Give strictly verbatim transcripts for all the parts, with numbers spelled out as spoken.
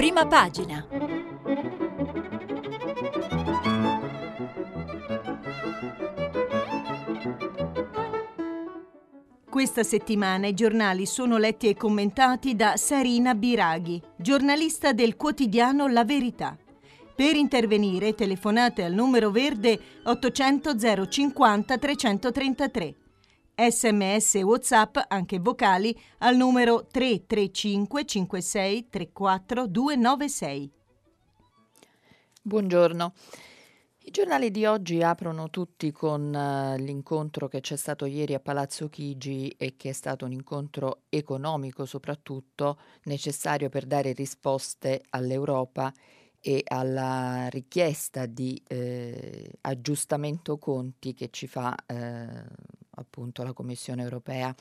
Prima pagina. Questa settimana i giornali sono letti e commentati da Sarina Biraghi, giornalista del quotidiano La Verità. Per intervenire telefonate al numero verde ottocento zero cinquanta trecentotrentatré. Sms e WhatsApp, anche vocali, al numero tre tre cinque cinque sei tre quattro due nove sei. Buongiorno. I giornali di oggi aprono tutti con uh, l'incontro che c'è stato ieri a Palazzo Chigi e che è stato un incontro economico soprattutto necessario per dare risposte all'Europa e alla richiesta di eh, aggiustamento conti che ci fa eh, appunto la Commissione europea.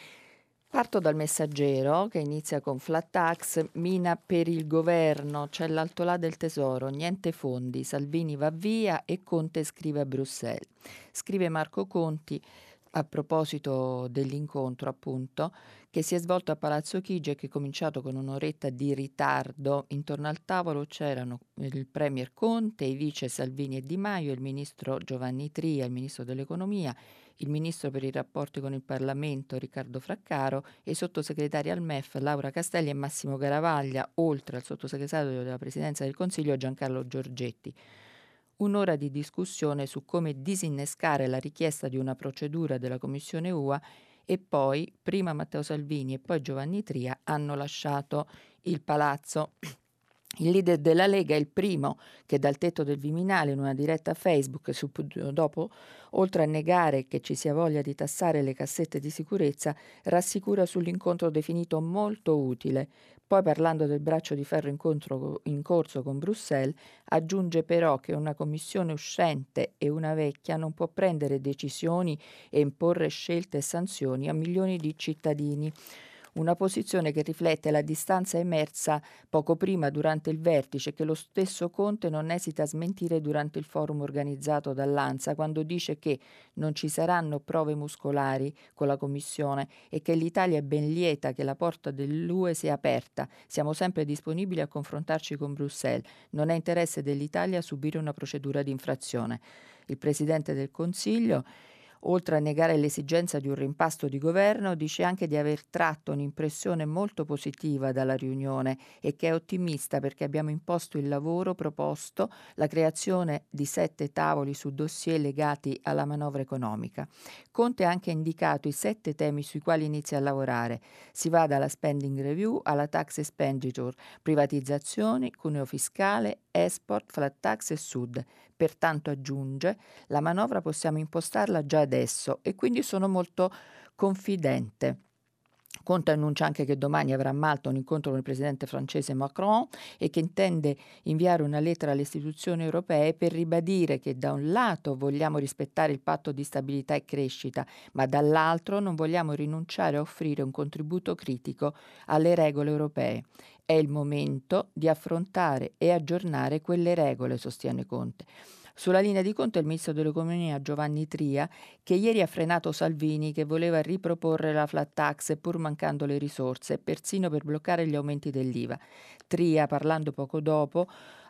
Parto dal Messaggero che inizia con flat tax, mina per il governo, c'è l'altolà del tesoro, niente fondi, Salvini va via e Conte scrive a Bruxelles. Scrive Marco Conti a proposito dell'incontro appunto che si è svolto a Palazzo Chigi e che è cominciato con un'oretta di ritardo. Intorno al tavolo c'erano il premier Conte, i vice Salvini e Di Maio, il ministro Giovanni Tria, il ministro dell'economia, il ministro per i rapporti con il Parlamento Riccardo Fraccaro e i sottosegretari al M E F Laura Castelli e Massimo Garavaglia, oltre al sottosegretario della Presidenza del Consiglio Giancarlo Giorgetti. Un'ora di discussione su come disinnescare la richiesta di una procedura della Commissione U A e poi prima Matteo Salvini e poi Giovanni Tria hanno lasciato il palazzo. Il leader della Lega è il primo che dal tetto del Viminale in una diretta Facebook subito dopo, oltre a negare che ci sia voglia di tassare le cassette di sicurezza, rassicura sull'incontro definito molto utile. Poi parlando del braccio di ferro incontro in corso con Bruxelles, aggiunge però che una commissione uscente e una vecchia non può prendere decisioni e imporre scelte e sanzioni a milioni di cittadini. Una posizione che riflette la distanza emersa poco prima durante il vertice che lo stesso Conte non esita a smentire durante il forum organizzato dall'ANSA quando dice che non ci saranno prove muscolari con la Commissione e che l'Italia è ben lieta che la porta dell'U E sia aperta. Siamo sempre disponibili a confrontarci con Bruxelles. Non è interesse dell'Italia subire una procedura di infrazione. Il Presidente del Consiglio, oltre a negare l'esigenza di un rimpasto di governo, dice anche di aver tratto un'impressione molto positiva dalla riunione e che è ottimista perché abbiamo imposto il lavoro proposto, la creazione di sette tavoli su dossier legati alla manovra economica. Conte ha anche indicato i sette temi sui quali inizia a lavorare. Si va dalla spending review alla tax expenditure, privatizzazioni, cuneo fiscale, export, flat tax e Sud. Pertanto aggiunge, la manovra possiamo impostarla già adesso e quindi sono molto confidente. Conte annuncia anche che domani avrà a Malta un incontro con il presidente francese Macron e che intende inviare una lettera alle istituzioni europee per ribadire che da un lato vogliamo rispettare il patto di stabilità e crescita, ma dall'altro non vogliamo rinunciare a offrire un contributo critico alle regole europee. È il momento di affrontare e aggiornare quelle regole, sostiene Conte. Sulla linea di Conte il ministro dell'economia Giovanni Tria, che ieri ha frenato Salvini che voleva riproporre la flat tax pur mancando le risorse, persino per bloccare gli aumenti dell'I V A. Tria, parlando poco dopo,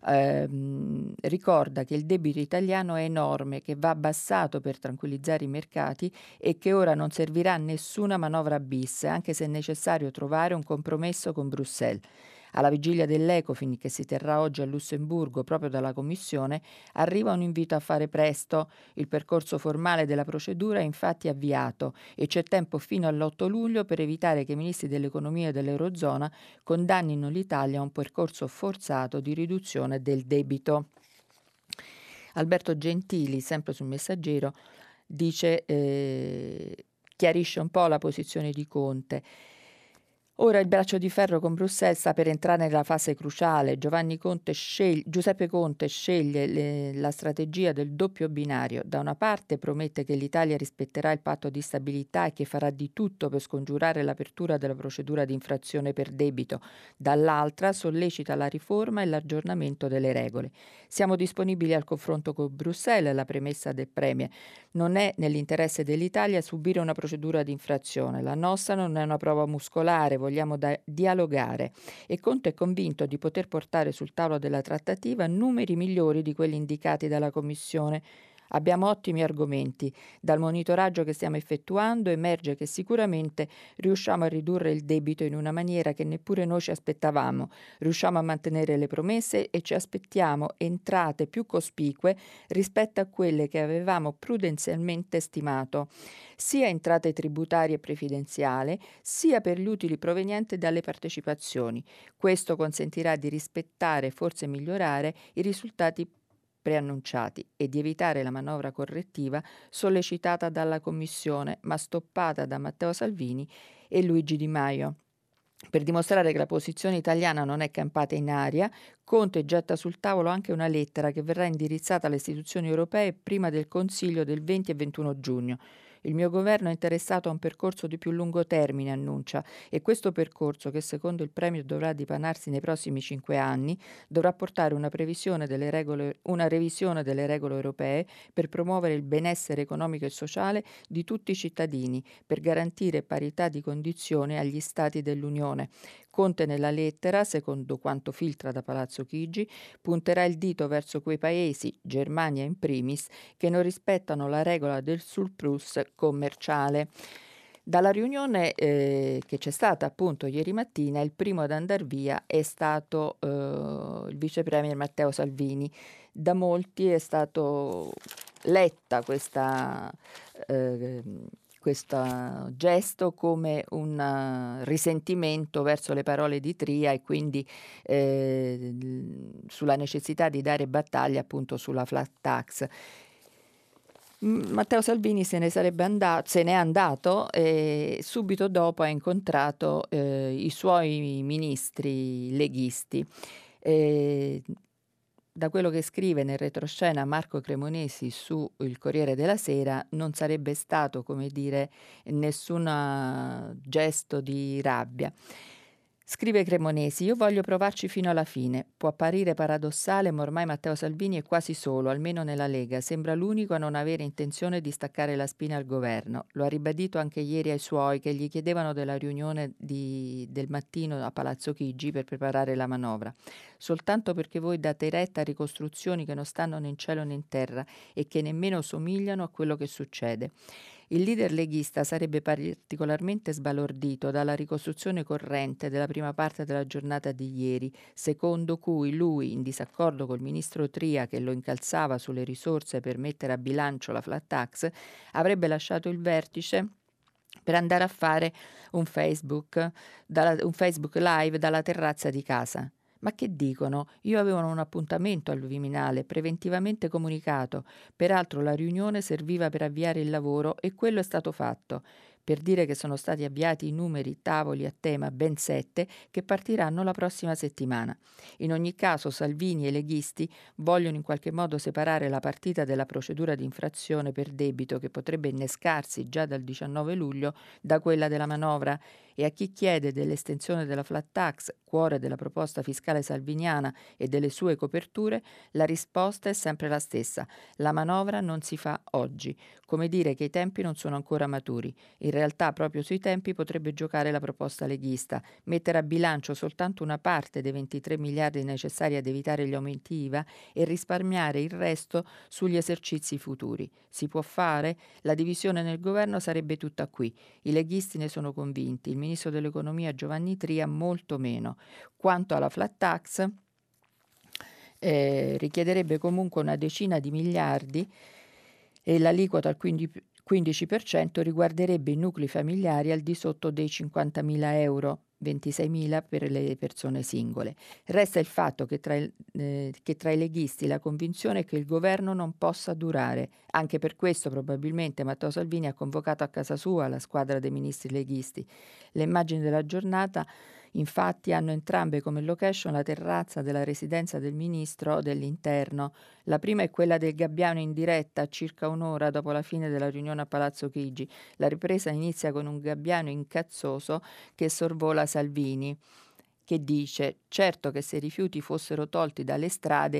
ehm, ricorda che il debito italiano è enorme, che va abbassato per tranquillizzare i mercati e che ora non servirà nessuna manovra bis, anche se è necessario trovare un compromesso con Bruxelles. Alla vigilia dell'Ecofin che si terrà oggi a Lussemburgo proprio dalla Commissione, arriva un invito a fare presto. Il percorso formale della procedura è infatti avviato e c'è tempo fino all'otto luglio per evitare che i ministri dell'economia e dell'Eurozona condannino l'Italia a un percorso forzato di riduzione del debito. Alberto Gentili, sempre sul Messaggero, dice, eh, chiarisce un po' la posizione di Conte. Ora il braccio di ferro con Bruxelles sta per entrare nella fase cruciale. Giovanni Conte sceglie, Giuseppe Conte sceglie le, la strategia del doppio binario. Da una parte promette che l'Italia rispetterà il patto di stabilità e che farà di tutto per scongiurare l'apertura della procedura di infrazione per debito. Dall'altra sollecita la riforma e l'aggiornamento delle regole. Siamo disponibili al confronto con Bruxelles, la premessa del Premier. Non è nell'interesse dell'Italia subire una procedura di infrazione. La nostra non è una prova muscolare. Vogliamo vogliamo da- dialogare e Conte è convinto di poter portare sul tavolo della trattativa numeri migliori di quelli indicati dalla Commissione. Abbiamo ottimi argomenti. Dal monitoraggio che stiamo effettuando emerge che sicuramente riusciamo a ridurre il debito in una maniera che neppure noi ci aspettavamo. Riusciamo a mantenere le promesse e ci aspettiamo entrate più cospicue rispetto a quelle che avevamo prudenzialmente stimato, sia entrate tributarie e previdenziali, sia per gli utili provenienti dalle partecipazioni. Questo consentirà di rispettare e forse migliorare i risultati preannunciati e di evitare la manovra correttiva sollecitata dalla Commissione, ma stoppata da Matteo Salvini e Luigi Di Maio. Per dimostrare che la posizione italiana non è campata in aria, Conte getta sul tavolo anche una lettera che verrà indirizzata alle istituzioni europee prima del Consiglio del venti e ventuno giugno. Il mio governo è interessato a un percorso di più lungo termine, annuncia, e questo percorso, che secondo il Premier dovrà dipanarsi nei prossimi cinque anni, dovrà portare una, previsione delle regole, una revisione delle regole europee per promuovere il benessere economico e sociale di tutti i cittadini, per garantire parità di condizioni agli Stati dell'Unione. Conte nella lettera, secondo quanto filtra da Palazzo Chigi, punterà il dito verso quei paesi, Germania in primis, che non rispettano la regola del surplus commerciale. Dalla riunione eh, che c'è stata appunto ieri mattina, il primo ad andar via è stato eh, il vice premier Matteo Salvini. Da molti è stato letta questa eh, questo gesto come un uh, risentimento verso le parole di Tria e quindi eh, sulla necessità di dare battaglia appunto sulla flat tax. Matteo Salvini se ne sarebbe andato, se n'è andato e subito dopo ha incontrato eh, i suoi ministri leghisti. Eh, Da quello che scrive nel retroscena Marco Cremonesi su Il Corriere della Sera, non sarebbe stato, come dire, nessun gesto di rabbia. Scrive Cremonesi: io voglio provarci fino alla fine. Può apparire paradossale, ma ormai Matteo Salvini è quasi solo, almeno nella Lega. Sembra l'unico a non avere intenzione di staccare la spina al governo. Lo ha ribadito anche ieri ai suoi, che gli chiedevano della riunione di, del mattino a Palazzo Chigi per preparare la manovra. Soltanto perché voi date retta a ricostruzioni che non stanno né in cielo né in terra e che nemmeno somigliano a quello che succede. Il leader leghista sarebbe particolarmente sbalordito dalla ricostruzione corrente della prima parte della giornata di ieri, secondo cui lui, in disaccordo col ministro Tria che lo incalzava sulle risorse per mettere a bilancio la flat tax, avrebbe lasciato il vertice per andare a fare un Facebook, dalla, un Facebook Live dalla terrazza di casa. Ma che dicono? Io avevo un appuntamento al Viminale, preventivamente comunicato. Peraltro la riunione serviva per avviare il lavoro e quello è stato fatto. Per dire che sono stati avviati i numeri tavoli a tema, ben sette, che partiranno la prossima settimana. In ogni caso Salvini e i leghisti vogliono in qualche modo separare la partita della procedura di infrazione per debito che potrebbe innescarsi già dal diciannove luglio da quella della manovra, e a chi chiede dell'estensione della flat tax, cuore della proposta fiscale salviniana e delle sue coperture, la risposta è sempre la stessa: la manovra non si fa oggi, come dire che i tempi non sono ancora maturi. In realtà proprio sui tempi potrebbe giocare la proposta leghista: mettere a bilancio soltanto una parte dei ventitré miliardi necessari ad evitare gli aumenti I V A e risparmiare il resto sugli esercizi futuri. Si può fare? La divisione nel governo sarebbe tutta qui. I leghisti ne sono convinti, il ministro dell'economia Giovanni Tria molto meno. Quanto alla flat tax, eh, richiederebbe comunque una decina di miliardi e l'aliquota al quindici per cento riguarderebbe i nuclei familiari al di sotto dei cinquantamila euro, ventiseimila per le persone singole. Resta il fatto che tra, eh, che tra i leghisti la convinzione è che il governo non possa durare. Anche per questo probabilmente Matteo Salvini ha convocato a casa sua la squadra dei ministri leghisti. Le immagini della giornata infatti hanno entrambe come location la terrazza della residenza del ministro dell'Interno. La prima è quella del Gabbiano in diretta circa un'ora dopo la fine della riunione a Palazzo Chigi. La ripresa inizia con un Gabbiano incazzoso che sorvola Salvini, che dice: certo che se i rifiuti fossero tolti dalle strade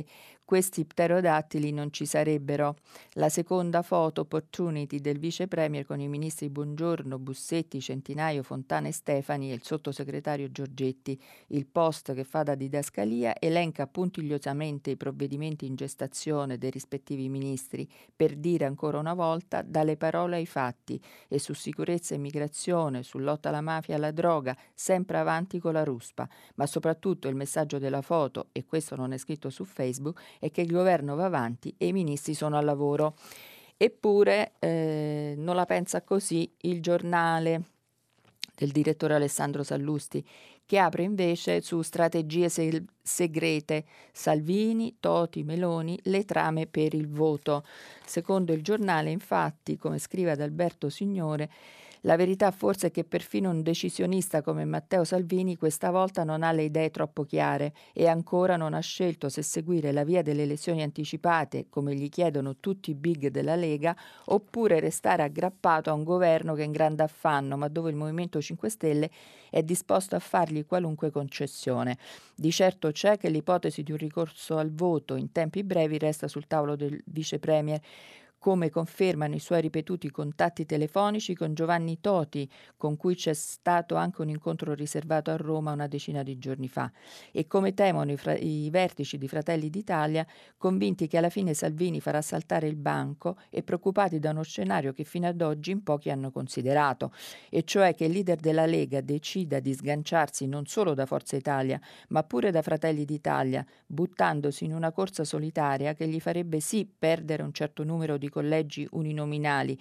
questi pterodattili non ci sarebbero. La seconda foto, opportunity, del vice premier con i ministri Bongiorno, Bussetti, Centinaio, Fontana e Stefani e il sottosegretario Giorgetti. Il post, che fa da didascalia, elenca puntigliosamente i provvedimenti in gestazione dei rispettivi ministri per dire ancora una volta dalle parole ai fatti, e su sicurezza e immigrazione, su lotta alla mafia e alla droga, sempre avanti con la ruspa. Ma soprattutto il messaggio della foto, e questo non è scritto su Facebook, è che il governo va avanti e i ministri sono al lavoro. Eppure eh, non la pensa così il Giornale del direttore Alessandro Sallusti, che apre invece su strategie se- segrete, Salvini, Toti, Meloni, le trame per il voto. Secondo il Giornale, infatti, come scrive Adalberto Signore, la verità forse è che perfino un decisionista come Matteo Salvini questa volta non ha le idee troppo chiare e ancora non ha scelto se seguire la via delle elezioni anticipate, come gli chiedono tutti i big della Lega, oppure restare aggrappato a un governo che è in grande affanno, ma dove il Movimento cinque Stelle è disposto a fargli qualunque concessione. Di certo c'è che l'ipotesi di un ricorso al voto in tempi brevi resta sul tavolo del vice premier, come confermano i suoi ripetuti contatti telefonici con Giovanni Toti, con cui c'è stato anche un incontro riservato a Roma una decina di giorni fa, e come temono i, fra- i vertici di Fratelli d'Italia, convinti che alla fine Salvini farà saltare il banco e preoccupati da uno scenario che fino ad oggi in pochi hanno considerato, e cioè che il leader della Lega decida di sganciarsi non solo da Forza Italia, ma pure da Fratelli d'Italia, buttandosi in una corsa solitaria che gli farebbe sì perdere un certo numero di collegi uninominali,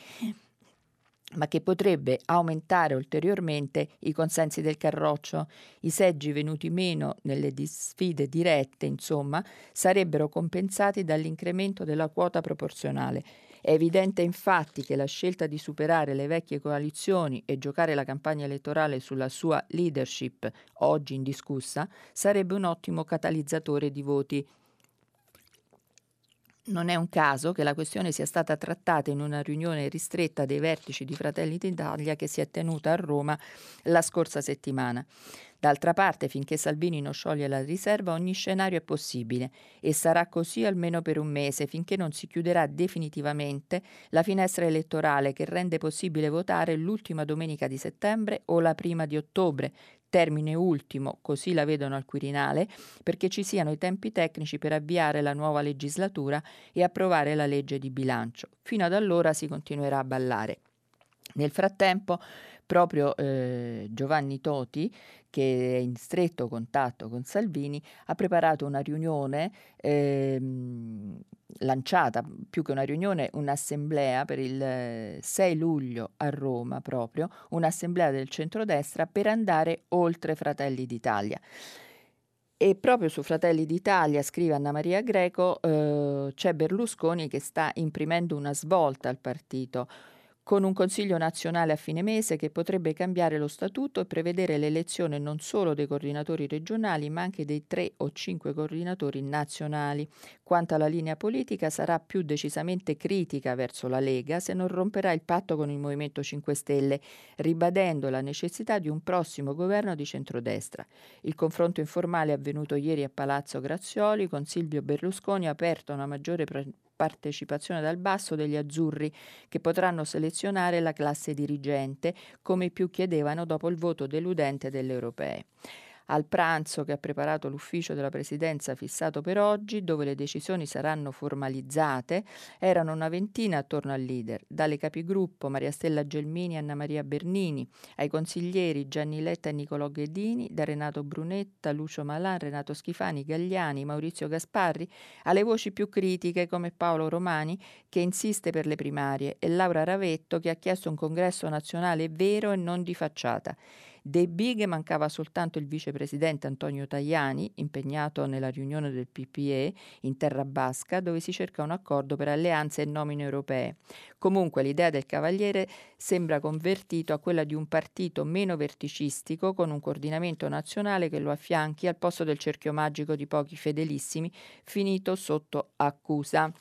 ma che potrebbe aumentare ulteriormente i consensi del Carroccio. I seggi venuti meno nelle di- sfide dirette, insomma, sarebbero compensati dall'incremento della quota proporzionale. È evidente infatti che la scelta di superare le vecchie coalizioni e giocare la campagna elettorale sulla sua leadership, oggi indiscussa, sarebbe un ottimo catalizzatore di voti. Non è un caso che la questione sia stata trattata in una riunione ristretta dei vertici di Fratelli d'Italia che si è tenuta a Roma la scorsa settimana. D'altra parte, finché Salvini non scioglie la riserva, ogni scenario è possibile e sarà così almeno per un mese, finché non si chiuderà definitivamente la finestra elettorale che rende possibile votare l'ultima domenica di settembre o la prima di ottobre, termine ultimo, così la vedono al Quirinale, perché ci siano i tempi tecnici per avviare la nuova legislatura e approvare la legge di bilancio. Fino ad allora si continuerà a ballare. Nel frattempo, proprio eh, Giovanni Toti, che è in stretto contatto con Salvini, ha preparato una riunione ehm, lanciata, più che una riunione, un'assemblea per il eh, sei luglio a Roma proprio, un'assemblea del centrodestra per andare oltre Fratelli d'Italia. E proprio su Fratelli d'Italia, scrive Anna Maria Greco, eh, c'è Berlusconi che sta imprimendo una svolta al partito, con un Consiglio nazionale a fine mese che potrebbe cambiare lo statuto e prevedere l'elezione non solo dei coordinatori regionali, ma anche dei tre o cinque coordinatori nazionali. Quanto alla linea politica, sarà più decisamente critica verso la Lega se non romperà il patto con il Movimento cinque Stelle, ribadendo la necessità di un prossimo governo di centrodestra. Il confronto informale avvenuto ieri a Palazzo Grazioli con Silvio Berlusconi ha aperto una maggiore pre- partecipazione dal basso degli azzurri, che potranno selezionare la classe dirigente, come più chiedevano dopo il voto deludente delle europee. Al pranzo che ha preparato l'ufficio della presidenza fissato per oggi, dove le decisioni saranno formalizzate, erano una ventina attorno al leader, dalle capigruppo Maria Stella Gelmini e Anna Maria Bernini, ai consiglieri Gianni Letta e Nicolò Ghedini, da Renato Brunetta, Lucio Malan, Renato Schifani, Gagliani, Maurizio Gasparri, alle voci più critiche come Paolo Romani, che insiste per le primarie, e Laura Ravetto, che ha chiesto un congresso nazionale vero e non di facciata. Dei big mancava soltanto il vicepresidente Antonio Tajani, impegnato nella riunione del P P E in terra basca, dove si cerca un accordo per alleanze e nomine europee. Comunque l'idea del Cavaliere sembra convertito a quella di un partito meno verticistico, con un coordinamento nazionale che lo affianchi al posto del cerchio magico di pochi fedelissimi, finito sotto accusa.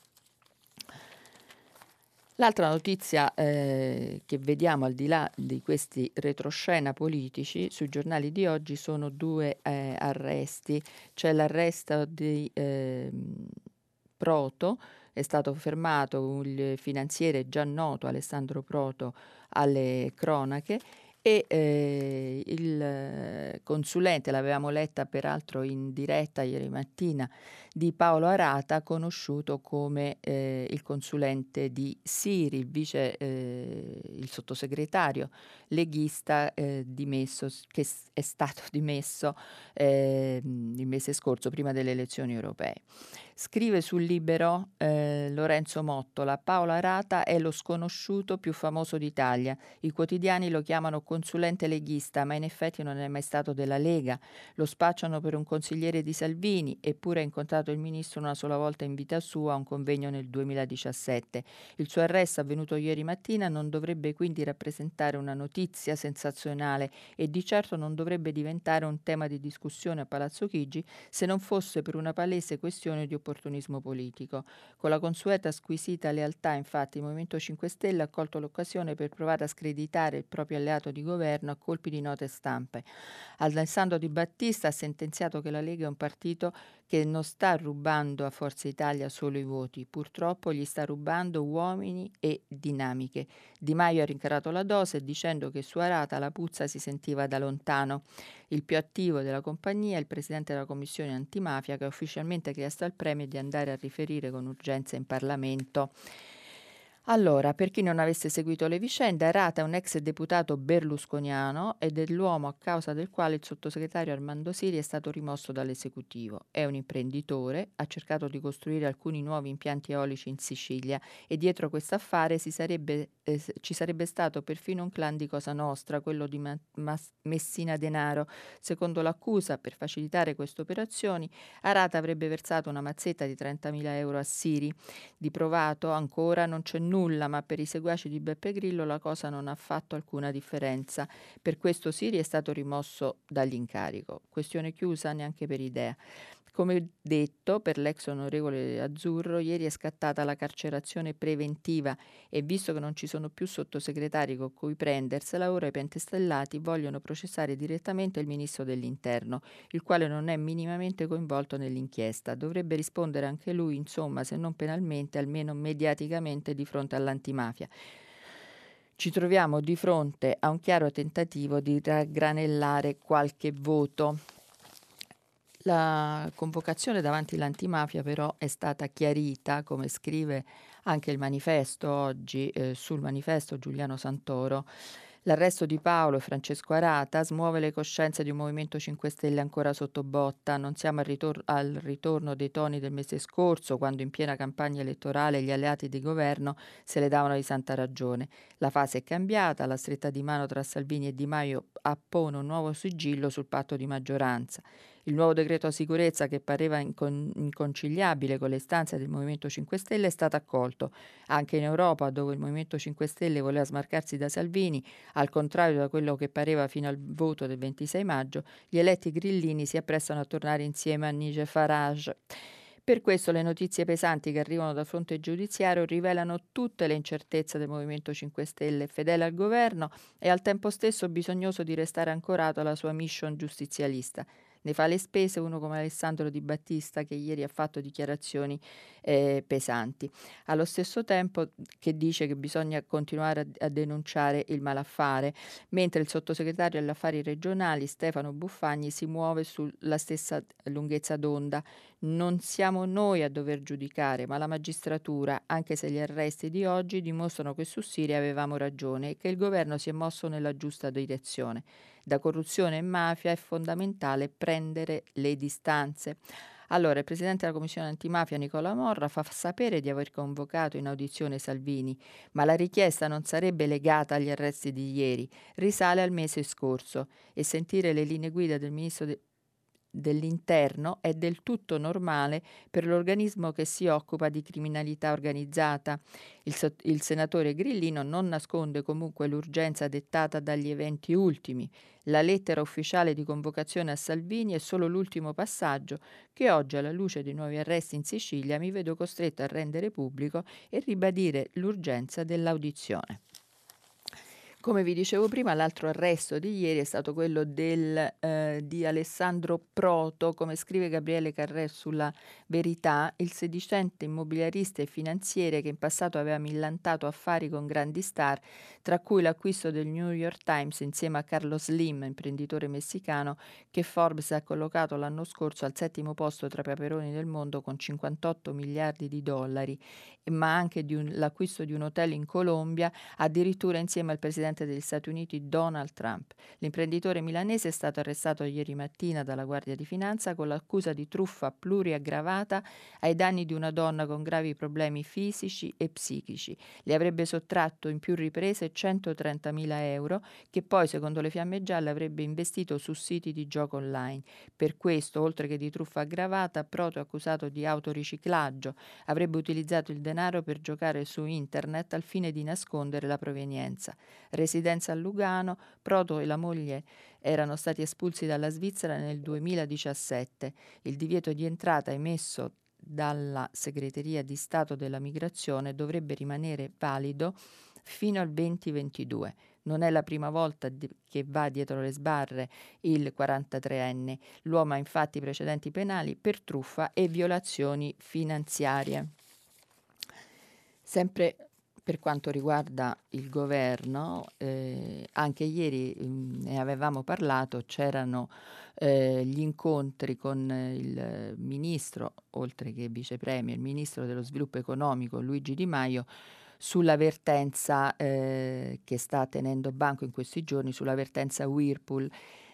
L'altra notizia eh, che vediamo al di là di questi retroscena politici sui giornali di oggi sono due eh, arresti. C'è l'arresto di, eh, Proto, è stato fermato il finanziere già noto Alessandro Proto alle cronache e eh, il eh, consulente, l'avevamo letta peraltro in diretta ieri mattina, di Paolo Arata, conosciuto come eh, il consulente di Siri, il vice, eh, il sottosegretario leghista eh, dimesso, che s- è stato dimesso eh, il mese scorso, prima delle elezioni europee. Scrive sul Libero eh, Lorenzo Mottola: Paolo Arata è lo sconosciuto più famoso d'Italia. I quotidiani lo chiamano consulente leghista, ma in effetti non è mai stato della Lega. Lo spacciano per un consigliere di Salvini, eppure ha incontrato il ministro una sola volta in vita sua a un convegno nel duemiladiciassette. Il suo arresto, avvenuto ieri mattina, non dovrebbe quindi rappresentare una notizia sensazionale e di certo non dovrebbe diventare un tema di discussione a Palazzo Chigi se non fosse per una palese questione di opportunismo politico. Con la consueta squisita lealtà, infatti, il Movimento cinque Stelle ha colto l'occasione per provare a screditare il proprio alleato di governo a colpi di note stampe. Alessandro Di Battista ha sentenziato che la Lega è un partito che non sta rubando a Forza Italia solo i voti, purtroppo gli sta rubando uomini e dinamiche. Di Maio ha rincarato la dose dicendo che su Arata la puzza si sentiva da lontano. Il più attivo della compagnia è il presidente della commissione antimafia, che ha ufficialmente chiesto al Premier di andare a riferire con urgenza in Parlamento. Allora, per chi non avesse seguito le vicende, Arata è un ex deputato berlusconiano ed è l'uomo a causa del quale il sottosegretario Armando Siri è stato rimosso dall'esecutivo. È un imprenditore, ha cercato di costruire alcuni nuovi impianti eolici in Sicilia e dietro questo affare si sarebbe, eh, ci sarebbe stato perfino un clan di Cosa Nostra, quello di Ma- Mas- Messina Denaro. Secondo l'accusa, per facilitare queste operazioni, Arata avrebbe versato una mazzetta di trentamila euro a Siri. Di provato ancora non c'è nulla, ma per i seguaci di Beppe Grillo la cosa non ha fatto alcuna differenza. Per questo Siri è stato rimosso dall'incarico. Questione chiusa neanche per idea. Come detto, per l'ex onorevole Azzurro, ieri è scattata la carcerazione preventiva e visto che non ci sono più sottosegretari con cui prendersela, ora i pentestellati vogliono processare direttamente il ministro dell'Interno, il quale non è minimamente coinvolto nell'inchiesta. Dovrebbe rispondere anche lui, insomma, se non penalmente, almeno mediaticamente di fronte all'antimafia. Ci troviamo di fronte a un chiaro tentativo di raggranellare qualche voto. La convocazione davanti all'antimafia però è stata chiarita, come scrive anche il manifesto oggi, eh, sul manifesto Giuliano Santoro. L'arresto di Paolo e Francesco Arata smuove le coscienze di un Movimento cinque Stelle ancora sotto botta. Non siamo al, ritor- al ritorno dei toni del mese scorso, quando in piena campagna elettorale gli alleati di governo se le davano di santa ragione. La fase è cambiata, la stretta di mano tra Salvini e Di Maio appone un nuovo sigillo sul patto di maggioranza. Il nuovo decreto sicurezza, che pareva incon- inconciliabile con le istanze del Movimento cinque Stelle, è stato accolto. Anche in Europa, dove il Movimento cinque Stelle voleva smarcarsi da Salvini, al contrario da quello che pareva fino al voto del ventisei maggio, gli eletti grillini si apprestano a tornare insieme a Nigel Farage. Per questo le notizie pesanti che arrivano dal fronte giudiziario rivelano tutte le incertezze del Movimento cinque Stelle, fedele al governo e al tempo stesso bisognoso di restare ancorato alla sua mission giustizialista. Ne fa le spese uno come Alessandro Di Battista, che ieri ha fatto dichiarazioni eh, pesanti. Allo stesso tempo che dice che bisogna continuare a, a denunciare il malaffare, mentre il sottosegretario agli affari regionali Stefano Buffagni si muove sulla stessa lunghezza d'onda. Non siamo noi a dover giudicare, ma la magistratura, anche se gli arresti di oggi dimostrano che su Siria avevamo ragione e che il governo si è mosso nella giusta direzione. Da corruzione e mafia è fondamentale prendere le distanze. Allora, il presidente della commissione antimafia Nicola Morra fa sapere di aver convocato in audizione Salvini, ma la richiesta non sarebbe legata agli arresti di ieri, risale al mese scorso e sentire le linee guida del ministro de- dell'Interno è del tutto normale per l'organismo che si occupa di criminalità organizzata. Il, so- il senatore Grillino non nasconde comunque l'urgenza dettata dagli eventi ultimi. La lettera ufficiale di convocazione a Salvini è solo l'ultimo passaggio che oggi, alla luce dei nuovi arresti in Sicilia, mi vedo costretto a rendere pubblico e ribadire l'urgenza dell'audizione. Come vi dicevo prima, l'altro arresto di ieri è stato quello del, eh, di Alessandro Proto. Come scrive Gabriele Carrè sulla Verità, il sedicente immobiliarista e finanziere che in passato aveva millantato affari con grandi star, tra cui l'acquisto del New York Times insieme a Carlos Slim, imprenditore messicano, che Forbes ha collocato l'anno scorso al settimo posto tra i peperoni del mondo con cinquantotto miliardi di dollari, ma anche di un, l'acquisto di un hotel in Colombia, addirittura insieme al presidente degli Stati Uniti Donald Trump. L'imprenditore milanese è stato arrestato ieri mattina dalla Guardia di Finanza con l'accusa di truffa pluriaggravata ai danni di una donna con gravi problemi fisici e psichici. Le avrebbe sottratto in più riprese centotrentamila euro che poi, secondo le Fiamme Gialle, avrebbe investito su siti di gioco online. Per questo, oltre che di truffa aggravata, Proto è accusato di autoriciclaggio. Avrebbe utilizzato il denaro per giocare su internet al fine di nascondere la provenienza. Residenza a Lugano, Proto e la moglie erano stati espulsi dalla Svizzera nel duemiladiciassette. Il divieto di entrata emesso dalla Segreteria di Stato della Migrazione dovrebbe rimanere valido fino al duemilaventidue. Non è la prima volta di- che va dietro le sbarre il quarantatreenne. L'uomo ha infatti precedenti penali per truffa e violazioni finanziarie. Sempre per quanto riguarda il governo, eh, anche ieri mh, ne avevamo parlato, c'erano eh, gli incontri con eh, il ministro, oltre che vice premier, il ministro dello sviluppo economico Luigi Di Maio, sulla vertenza eh, che sta tenendo banco in questi giorni, sulla vertenza Whirlpool.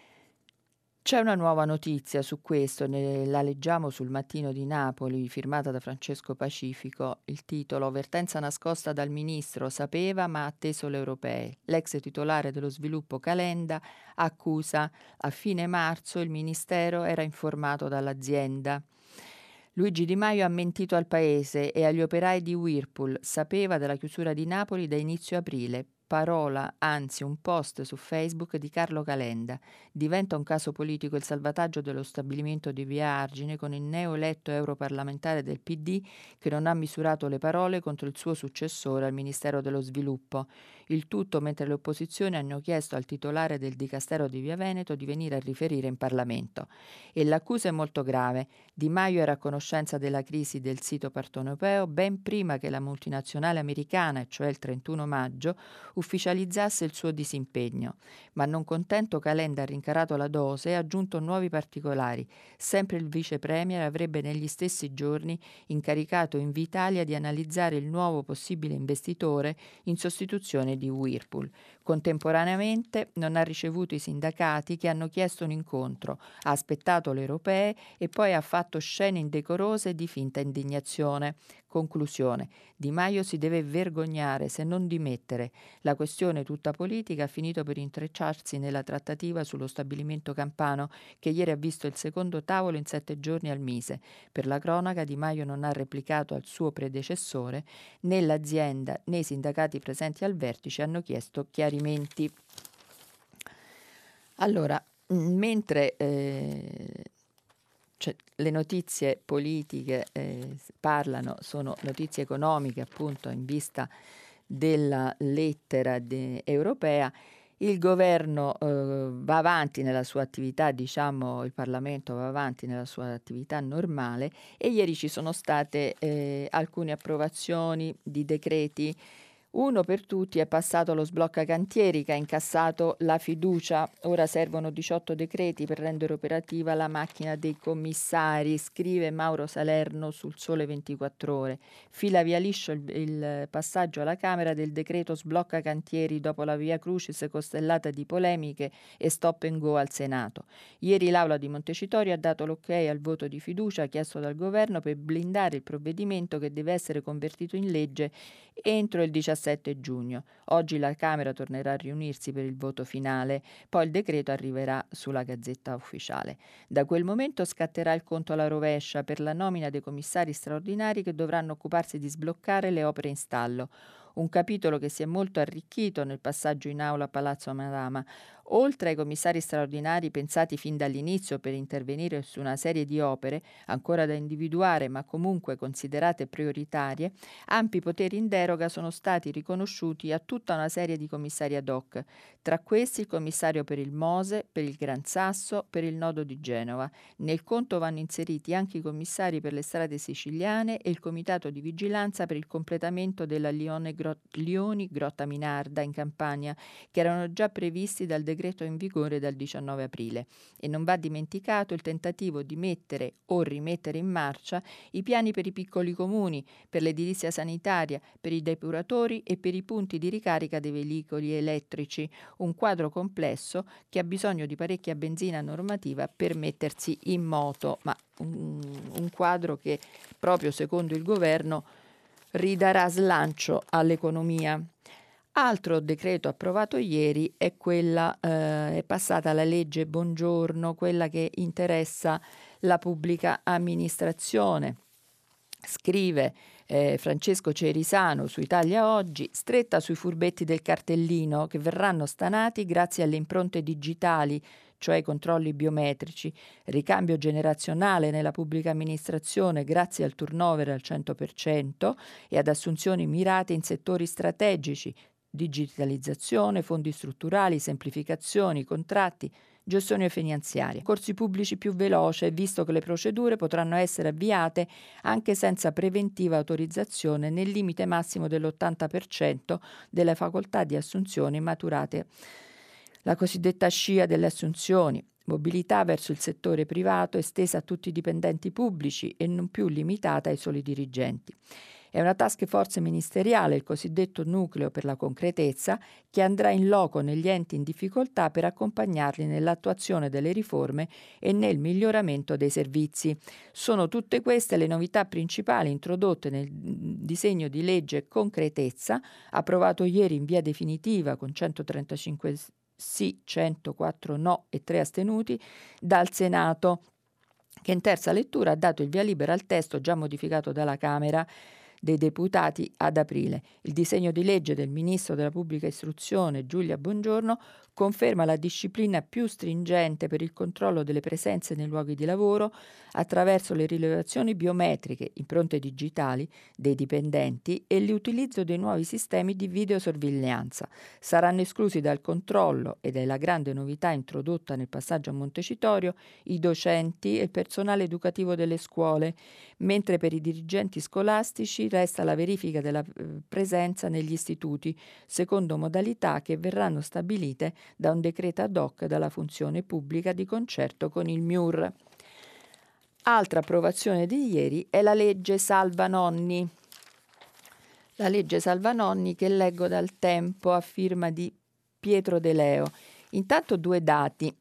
C'è una nuova notizia su questo, ne- la leggiamo sul Mattino di Napoli, firmata da Francesco Pacifico. Il titolo: Vertenza nascosta dal ministro, sapeva ma ha atteso le europee. L'ex titolare dello sviluppo Calenda accusa: a fine marzo il ministero era informato dall'azienda. Luigi Di Maio ha mentito al paese e agli operai di Whirlpool, sapeva della chiusura di Napoli da inizio aprile. Parola, anzi un post su Facebook di Carlo Calenda. Diventa un caso politico il salvataggio dello stabilimento di Via Argine con il neoeletto europarlamentare del P D che non ha misurato le parole contro il suo successore al Ministero dello Sviluppo. Il tutto mentre le opposizioni hanno chiesto al titolare del Dicastero di Via Veneto di venire a riferire in Parlamento. E l'accusa è molto grave. Di Maio era a conoscenza della crisi del sito partenopeo ben prima che la multinazionale americana, cioè il trentuno maggio, ufficializzasse il suo disimpegno. Ma non contento, Calenda ha rincarato la dose e ha aggiunto nuovi particolari. Sempre il vice premier avrebbe negli stessi giorni incaricato Invitalia di analizzare il nuovo possibile investitore in sostituzione di Whirlpool. Contemporaneamente non ha ricevuto i sindacati che hanno chiesto un incontro, ha aspettato le europee e poi ha fatto scene indecorose di finta indignazione. Conclusione: Di Maio si deve vergognare, se non dimettere. La questione tutta politica ha finito per intrecciarsi nella trattativa sullo stabilimento campano, che ieri ha visto il secondo tavolo in sette giorni al Mise. Per la cronaca, Di Maio non ha replicato al suo predecessore, né l'azienda né i sindacati presenti al vertice hanno chiesto chiarimenti. Allora, mh, mentre eh, cioè, le notizie politiche eh, s- parlano, sono notizie economiche appunto in vista della lettera de- europea, il governo eh, va avanti nella sua attività, diciamo il Parlamento va avanti nella sua attività normale e ieri ci sono state eh, alcune approvazioni di decreti. Uno per tutti è passato lo sblocca cantieri che ha incassato la fiducia. Ora servono diciotto decreti per rendere operativa la macchina dei commissari, scrive Mauro Salerno sul Sole ventiquattro Ore. Fila via liscio il, il passaggio alla Camera del decreto sblocca cantieri dopo la Via Crucis costellata di polemiche e stop and go al Senato. Ieri l'Aula di Montecitorio ha dato l'ok al voto di fiducia chiesto dal governo per blindare il provvedimento che deve essere convertito in legge entro il diciassette giugno. Oggi la Camera tornerà a riunirsi per il voto finale, poi il decreto arriverà sulla Gazzetta Ufficiale. Da quel momento scatterà il conto alla rovescia per la nomina dei commissari straordinari che dovranno occuparsi di sbloccare le opere in stallo. Un capitolo che si è molto arricchito nel passaggio in aula a Palazzo Madama. Oltre ai commissari straordinari pensati fin dall'inizio per intervenire su una serie di opere, ancora da individuare ma comunque considerate prioritarie, ampi poteri in deroga sono stati riconosciuti a tutta una serie di commissari ad hoc, tra questi il commissario per il Mose, per il Gran Sasso, per il nodo di Genova. Nel conto vanno inseriti anche i commissari per le strade siciliane e il comitato di vigilanza per il completamento della Lione Gro- Lioni-Grotta Minarda in Campania, che erano già previsti dal decreto in vigore dal diciannove aprile. E non va dimenticato il tentativo di mettere o rimettere in marcia i piani per i piccoli comuni, per l'edilizia sanitaria, per i depuratori e per i punti di ricarica dei veicoli elettrici, un quadro complesso che ha bisogno di parecchia benzina normativa per mettersi in moto, ma un, un quadro che proprio secondo il governo ridarà slancio all'economia. Altro decreto approvato ieri è quella, eh, è passata la legge Bongiorno, quella che interessa la pubblica amministrazione. Scrive eh, Francesco Cerisano su Italia Oggi, stretta sui furbetti del cartellino che verranno stanati grazie alle impronte digitali, cioè i controlli biometrici, ricambio generazionale nella pubblica amministrazione grazie al turnover al cento per cento e ad assunzioni mirate in settori strategici, digitalizzazione, fondi strutturali, semplificazioni, contratti, gestione finanziaria. Corsi pubblici più veloce, visto che le procedure potranno essere avviate anche senza preventiva autorizzazione nel limite massimo dell'ottanta per cento delle facoltà di assunzione maturate. La cosiddetta scia delle assunzioni. Mobilità verso il settore privato estesa a tutti i dipendenti pubblici e non più limitata ai soli dirigenti. È una task force ministeriale, il cosiddetto nucleo per la concretezza, che andrà in loco negli enti in difficoltà per accompagnarli nell'attuazione delle riforme e nel miglioramento dei servizi. Sono tutte queste le novità principali introdotte nel disegno di legge Concretezza, approvato ieri in via definitiva con centotrentacinque sì, centoquattro no e tre astenuti dal Senato, che in terza lettura ha dato il via libera al testo già modificato dalla Camera dei Deputati ad aprile. Il disegno di legge del Ministro della Pubblica Istruzione Giulia Bongiorno conferma la disciplina più stringente per il controllo delle presenze nei luoghi di lavoro attraverso le rilevazioni biometriche, impronte digitali dei dipendenti e l'utilizzo dei nuovi sistemi di videosorveglianza. Saranno esclusi dal controllo, ed è la grande novità introdotta nel passaggio a Montecitorio, i docenti e il personale educativo delle scuole, mentre per i dirigenti scolastici resta la verifica della eh, presenza negli istituti, secondo modalità che verranno stabilite da un decreto ad hoc dalla funzione pubblica di concerto con il M I U R. Altra approvazione di ieri è la legge Salva Nonni. La legge Salva Nonni che leggo dal Tempo a firma di Pietro De Leo. Intanto due dati.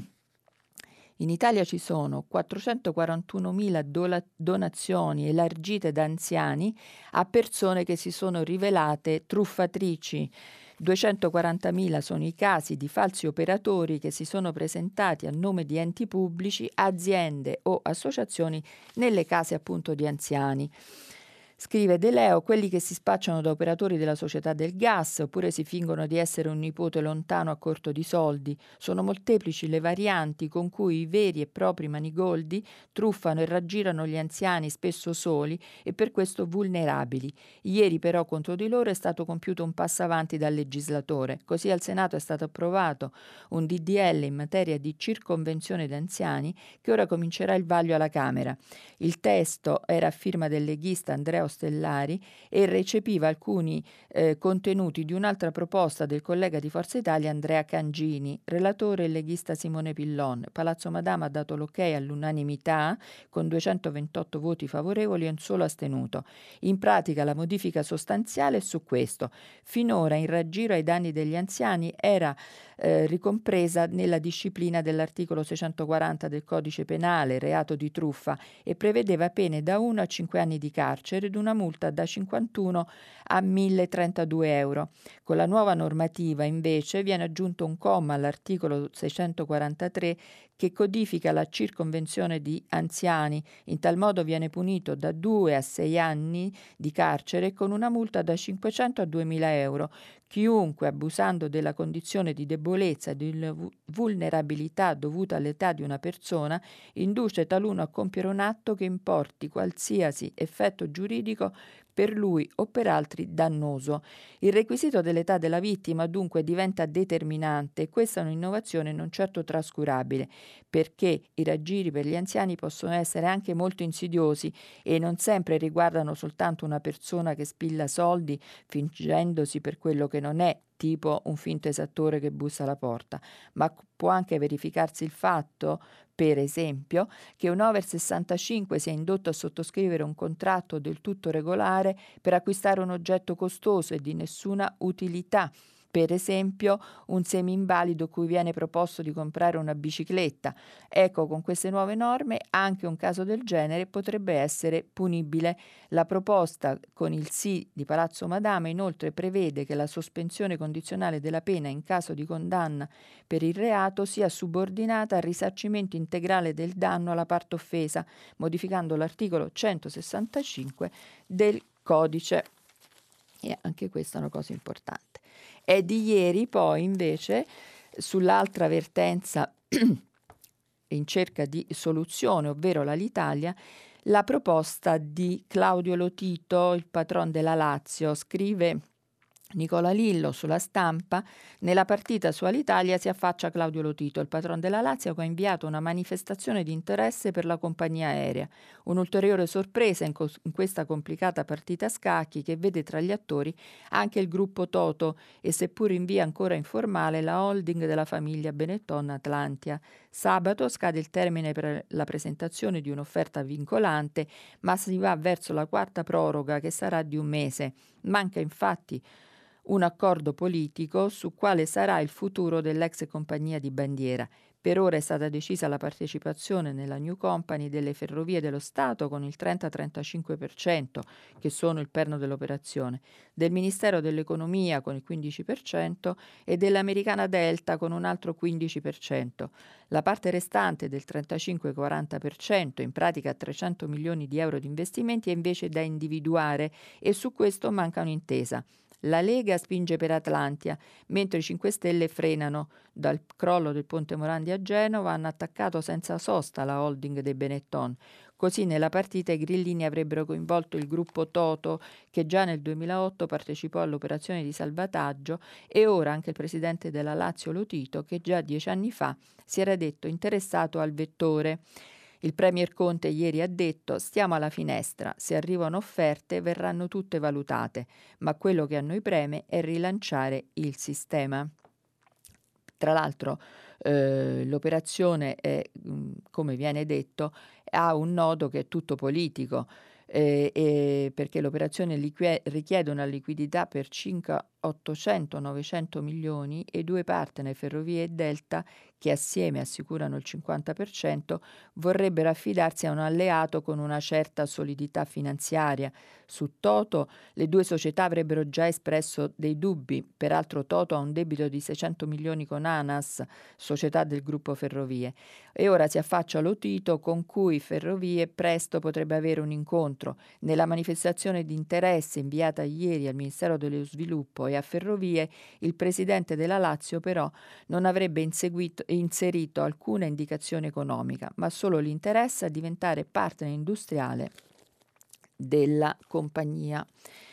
In Italia ci sono quattrocentoquarantunomila dola- donazioni elargite da anziani a persone che si sono rivelate truffatrici. duecentoquarantamila sono i casi di falsi operatori che si sono presentati a nome di enti pubblici, aziende o associazioni nelle case appunto di anziani. Scrive De Leo, quelli che si spacciano da operatori della società del gas oppure si fingono di essere un nipote lontano a corto di soldi. Sono molteplici le varianti con cui i veri e propri manigoldi truffano e raggirano gli anziani spesso soli e per questo vulnerabili. Ieri però contro di loro è stato compiuto un passo avanti dal legislatore. Così al Senato è stato approvato un D D L in materia di circonvenzione d'anziani che ora comincerà il vaglio alla Camera. Il testo era a firma del leghista Andrea Ostellari e recepiva alcuni eh, contenuti di un'altra proposta del collega di Forza Italia Andrea Cangini, relatore il leghista Simone Pillon. Palazzo Madama ha dato l'ok all'unanimità con duecentoventotto voti favorevoli e un solo astenuto. In pratica la modifica sostanziale è su questo. Finora in raggiro ai danni degli anziani era eh, ricompresa nella disciplina dell'articolo seicentoquaranta del Codice Penale, reato di truffa, e prevedeva pene da uno a cinque anni di carcere ed una multa da cinquantuno a mille trentadue euro. Con la nuova normativa, invece, viene aggiunto un comma all'articolo seicentoquarantatré che codifica la circonvenzione di anziani. In tal modo viene punito da due a sei anni di carcere con una multa da cinquecento a duemila euro. Chiunque, abusando della condizione di debolezza e di vulnerabilità dovuta all'età di una persona, induce taluno a compiere un atto che importi qualsiasi effetto giuridico per lui o per altri dannoso. Il requisito dell'età della vittima dunque diventa determinante e questa è un'innovazione non certo trascurabile, perché i raggiri per gli anziani possono essere anche molto insidiosi e non sempre riguardano soltanto una persona che spilla soldi fingendosi per quello che non è, tipo un finto esattore che bussa alla porta, ma può anche verificarsi il fatto, per esempio, che un over sessantacinque sia indotto a sottoscrivere un contratto del tutto regolare per acquistare un oggetto costoso e di nessuna utilità, per esempio un semi-invalido cui viene proposto di comprare una bicicletta. Ecco, con queste nuove norme anche un caso del genere potrebbe essere punibile. La proposta con il sì di Palazzo Madama inoltre prevede che la sospensione condizionale della pena in caso di condanna per il reato sia subordinata al risarcimento integrale del danno alla parte offesa, modificando l'articolo centosessantacinque del codice. E anche questa è una cosa importante. È di ieri poi invece sull'altra vertenza in cerca di soluzione, ovvero l'Alitalia, la proposta di Claudio Lotito, il patron della Lazio. Scrive Nicola Lillo sulla Stampa: nella partita su Alitalia si affaccia Claudio Lotito, il patron della Lazio, che ha inviato una manifestazione di interesse per la compagnia aerea. Un'ulteriore sorpresa in, cos- in questa complicata partita a scacchi che vede tra gli attori anche il gruppo Toto e, seppur in via ancora informale, la holding della famiglia Benetton Atlantia. Sabato scade il termine per la presentazione di un'offerta vincolante, ma si va verso la quarta proroga che sarà di un mese. Manca infatti un accordo politico su quale sarà il futuro dell'ex compagnia di bandiera. Per ora è stata decisa la partecipazione nella New Company delle Ferrovie dello Stato con il trenta trentacinque per cento, che sono il perno dell'operazione, del Ministero dell'Economia con il quindici per cento e dell'americana Delta con un altro quindici per cento. La parte restante del trentacinque quaranta per cento, in pratica trecento milioni di euro di investimenti, è invece da individuare e su questo manca un'intesa. La Lega spinge per Atlantia, mentre i cinque Stelle frenano. Dal crollo del Ponte Morandi a Genova hanno attaccato senza sosta la holding dei Benetton. Così nella partita i grillini avrebbero coinvolto il gruppo Toto, che già nel duemilaotto partecipò all'operazione di salvataggio, e ora anche il presidente della Lazio Lotito, che già dieci anni fa si era detto interessato al vettore. Il premier Conte ieri ha detto: stiamo alla finestra, se arrivano offerte verranno tutte valutate, ma quello che a noi preme è rilanciare il sistema. Tra l'altro eh, l'operazione è, mh, come viene detto, ha un nodo che è tutto politico, eh, eh, perché l'operazione liquie- richiede una liquidità per circa ottocento novecento milioni e due partner, Ferrovie e Delta, che assieme assicurano il cinquanta per cento, vorrebbero affidarsi a un alleato con una certa solidità finanziaria. Su Toto le due società avrebbero già espresso dei dubbi, peraltro Toto ha un debito di seicento milioni con ANAS, società del gruppo Ferrovie, e ora si affaccia Lotito, con cui Ferrovie presto potrebbe avere un incontro. Nella manifestazione di interesse inviata ieri al Ministero dello Sviluppo e a Ferrovie, il presidente della Lazio però non avrebbe inseguito, inserito alcuna indicazione economica, ma solo l'interesse a diventare partner industriale della compagnia.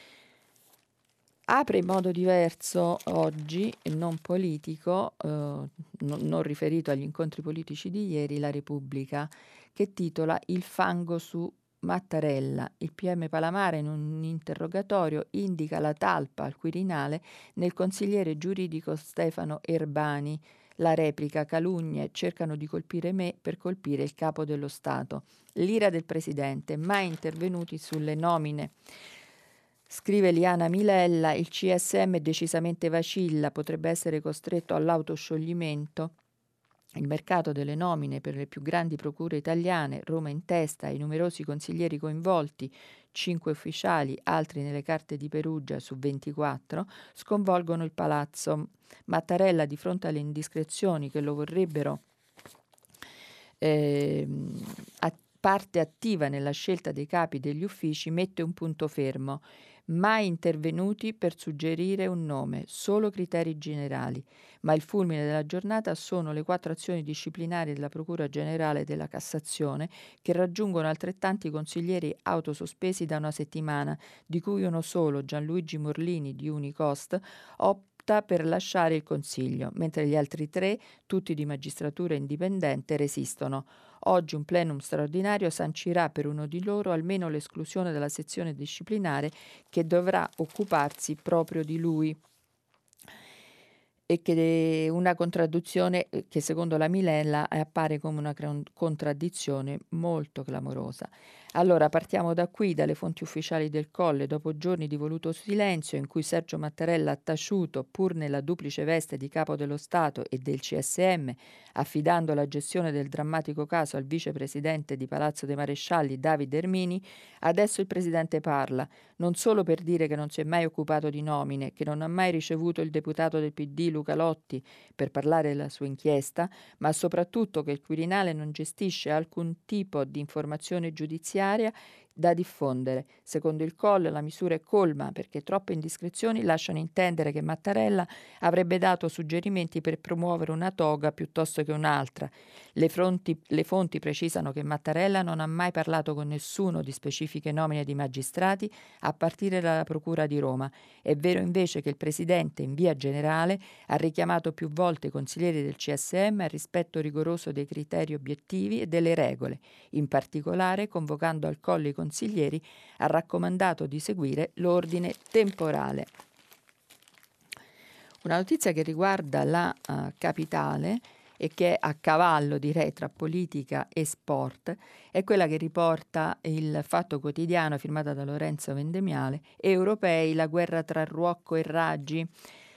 Apre in modo diverso oggi, e non politico, eh, non, non riferito agli incontri politici di ieri, La Repubblica, che titola Il fango su Mattarella. Il P M Palamara in un interrogatorio indica la talpa al Quirinale nel consigliere giuridico Stefano Erbani. La replica: calunnie, cercano di colpire me per colpire il capo dello Stato. L'ira del presidente, mai intervenuti sulle nomine. Scrive Liana Milella: il C S M decisamente vacilla, potrebbe essere costretto all'autoscioglimento. Il mercato delle nomine per le più grandi procure italiane, Roma in testa, i numerosi consiglieri coinvolti, cinque ufficiali, altri nelle carte di Perugia su ventiquattro, sconvolgono il palazzo. Mattarella, di fronte alle indiscrezioni che lo vorrebbero ehm, a parte attiva nella scelta dei capi degli uffici, mette un punto fermo: mai intervenuti per suggerire un nome, solo criteri generali. Ma il fulmine della giornata sono le quattro azioni disciplinari della Procura Generale della Cassazione, che raggiungono altrettanti consiglieri autosospesi da una settimana, di cui uno solo, Gianluigi Morlini di Unicost, opta per lasciare il Consiglio, mentre gli altri tre, tutti di magistratura indipendente, resistono. Oggi un plenum straordinario sancirà per uno di loro almeno l'esclusione dalla sezione disciplinare, che dovrà occuparsi proprio di lui. E che una contraddizione eh, che secondo la Milella appare come una cron- contraddizione molto clamorosa. Allora partiamo da qui, dalle fonti ufficiali del Colle, dopo giorni di voluto silenzio in cui Sergio Mattarella ha taciuto, pur nella duplice veste di capo dello Stato e del C S M, affidando la gestione del drammatico caso al vicepresidente di Palazzo dei Marescialli Davide Ermini, adesso il presidente parla, non solo per dire che non si è mai occupato di nomine, che non ha mai ricevuto il deputato del P D Luca Lotti per parlare della sua inchiesta, ma soprattutto che il Quirinale non gestisce alcun tipo di informazione giudiziaria da diffondere. Secondo il Colle la misura è colma perché troppe indiscrezioni lasciano intendere che Mattarella avrebbe dato suggerimenti per promuovere una toga piuttosto che un'altra. Le, fronti, le fonti precisano che Mattarella non ha mai parlato con nessuno di specifiche nomine di magistrati a partire dalla Procura di Roma. È vero invece che il Presidente, in via generale, ha richiamato più volte i consiglieri del C S M al rispetto rigoroso dei criteri obiettivi e delle regole. In particolare, convocando al Colle i consiglieri, ha raccomandato di seguire l'ordine temporale. Una notizia che riguarda la uh, capitale e che è a cavallo, direi, tra politica e sport, è quella che riporta il Fatto Quotidiano, firmata da Lorenzo Vendemiale: Europei, la guerra tra Ruocco e Raggi.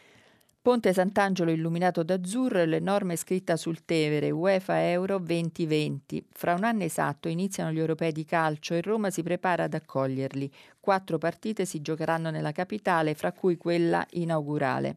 Ponte Sant'Angelo illuminato d'azzurro e l'enorme scritta sul Tevere: UEFA Euro duemilaventi. Fra un anno esatto iniziano gli europei di calcio e Roma si prepara ad accoglierli. Quattro partite si giocheranno nella capitale, fra cui quella inaugurale.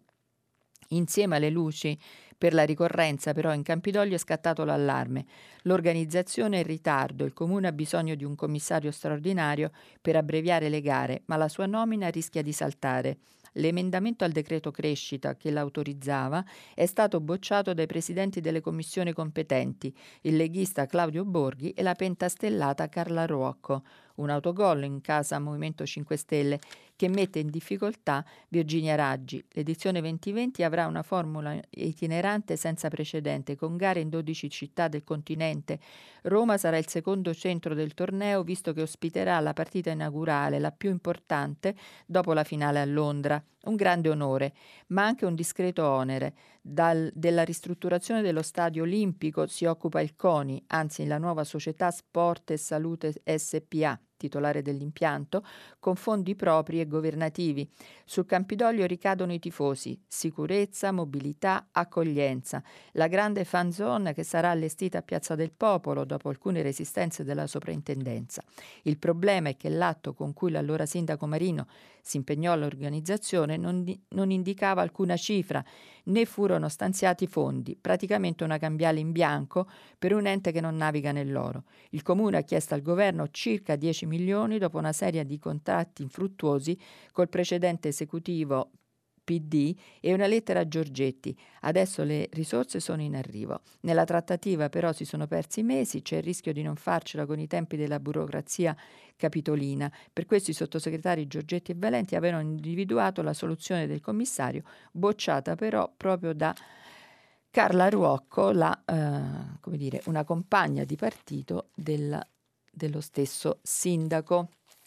Insieme alle luci per la ricorrenza, però, in Campidoglio è scattato l'allarme. L'organizzazione è in ritardo, il comune ha bisogno di un commissario straordinario per abbreviare le gare, ma la sua nomina rischia di saltare. L'emendamento al decreto crescita che l'autorizzava è stato bocciato dai presidenti delle commissioni competenti, il leghista Claudio Borghi e la pentastellata Carla Ruocco. Un autogol in casa Movimento cinque Stelle che mette in difficoltà Virginia Raggi. L'edizione duemilaventi avrà una formula itinerante senza precedente, con gare in dodici città del continente. Roma sarà il secondo centro del torneo, visto che ospiterà la partita inaugurale, la più importante dopo la finale a Londra. Un grande onore, ma anche un discreto onere. Dal, della ristrutturazione dello stadio olimpico si occupa il CONI, anzi la nuova società Sport e Salute S P A, titolare dell'impianto, con fondi propri e governativi. Sul Campidoglio ricadono i tifosi, sicurezza, mobilità, accoglienza. La grande fan zone che sarà allestita a Piazza del Popolo dopo alcune resistenze della soprintendenza. Il problema è che l'atto con cui l'allora sindaco Marino si impegnò all'organizzazione non, di, non indicava alcuna cifra, né furono stanziati fondi, praticamente una cambiale in bianco per un ente che non naviga nell'oro. Il comune ha chiesto al governo circa dieci milioni dopo una serie di contratti infruttuosi col precedente esecutivo P D e una lettera a Giorgetti. Adesso le risorse sono in arrivo. Nella trattativa però si sono persi mesi, c'è il rischio di non farcela con i tempi della burocrazia capitolina. Per questo i sottosegretari Giorgetti e Valenti avevano individuato la soluzione del commissario, bocciata però proprio da Carla Ruocco, la, eh, come dire, una compagna di partito del, dello stesso sindaco.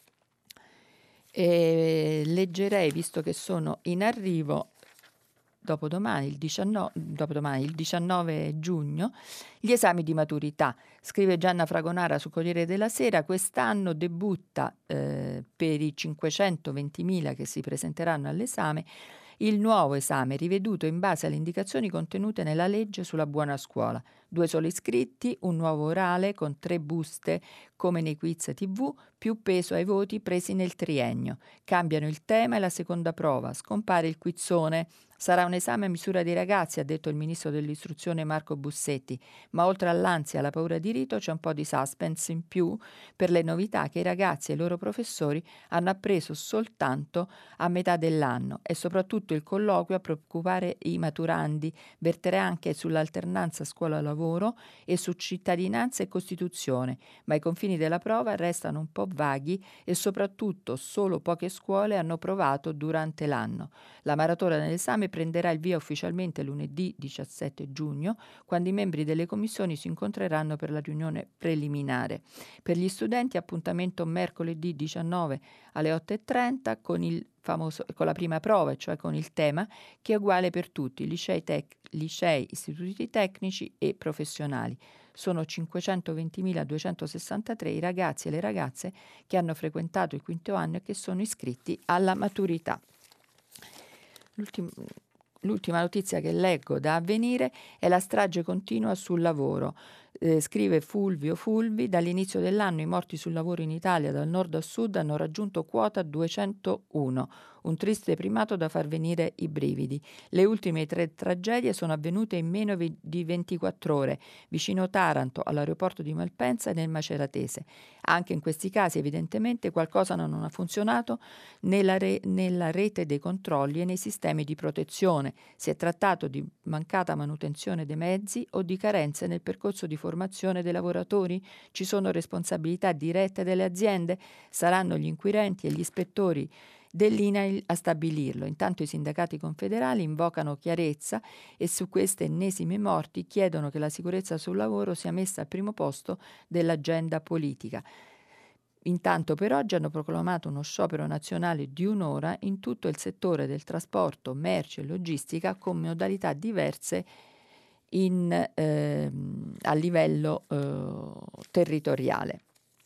E leggerei, visto che sono in arrivo, dopodomani il, diciannove, dopodomani, il diciannove giugno, gli esami di maturità. Scrive Gianna Fragonara su Corriere della Sera: quest'anno debutta eh, per i cinquecentoventimila che si presenteranno all'esame il nuovo esame riveduto in base alle indicazioni contenute nella legge sulla buona scuola. Due soli iscritti, un nuovo orale con tre buste come nei quiz tivù, più peso ai voti presi nel triennio. Cambiano il tema e la seconda prova, scompare il quizzone. Sarà un esame a misura dei ragazzi, ha detto il ministro dell'istruzione Marco Bussetti, ma oltre all'ansia e alla paura di rito c'è un po' di suspense in più per le novità che i ragazzi e i loro professori hanno appreso soltanto a metà dell'anno, e soprattutto il colloquio a preoccupare i maturandi verterà anche sull'alternanza scuola-lavoro e su cittadinanza e Costituzione, ma i confini della prova restano un po' vaghi e soprattutto solo poche scuole hanno provato durante l'anno. La maratona dell'esame prenderà il via ufficialmente lunedì diciassette giugno, quando i membri delle commissioni si incontreranno per la riunione preliminare. Per gli studenti appuntamento mercoledì diciannove alle otto e trenta con il famoso, con la prima prova, cioè con il tema che è uguale per tutti, licei, tec- licei, istituti tecnici e professionali. Sono cinquecentoventimila duecentosessantatré i ragazzi e le ragazze che hanno frequentato il quinto anno e che sono iscritti alla maturità. L'ultim- l'ultima notizia che leggo da Avvenire è la strage continua sul lavoro. Eh, scrive Fulvio Fulvi, dall'inizio dell'anno i morti sul lavoro in Italia dal nord a sud hanno raggiunto quota duecentouno, un triste primato da far venire i brividi. Le ultime tre tragedie sono avvenute in meno vi- di ventiquattro ore, vicino Taranto, all'aeroporto di Malpensa e nel Maceratese. Anche in questi casi evidentemente qualcosa non ha funzionato nella, re- nella rete dei controlli e nei sistemi di protezione. Si è trattato di mancata manutenzione dei mezzi o di carenze nel percorso di formazione dei lavoratori? Ci sono responsabilità dirette delle aziende? Saranno gli inquirenti e gli ispettori dell'I N A I L a stabilirlo. Intanto i sindacati confederali invocano chiarezza e su queste ennesime morti chiedono che la sicurezza sul lavoro sia messa al primo posto dell'agenda politica. Intanto per oggi hanno proclamato uno sciopero nazionale di un'ora in tutto il settore del trasporto, merci e logistica con modalità diverse in, ehm, a livello eh, territoriale.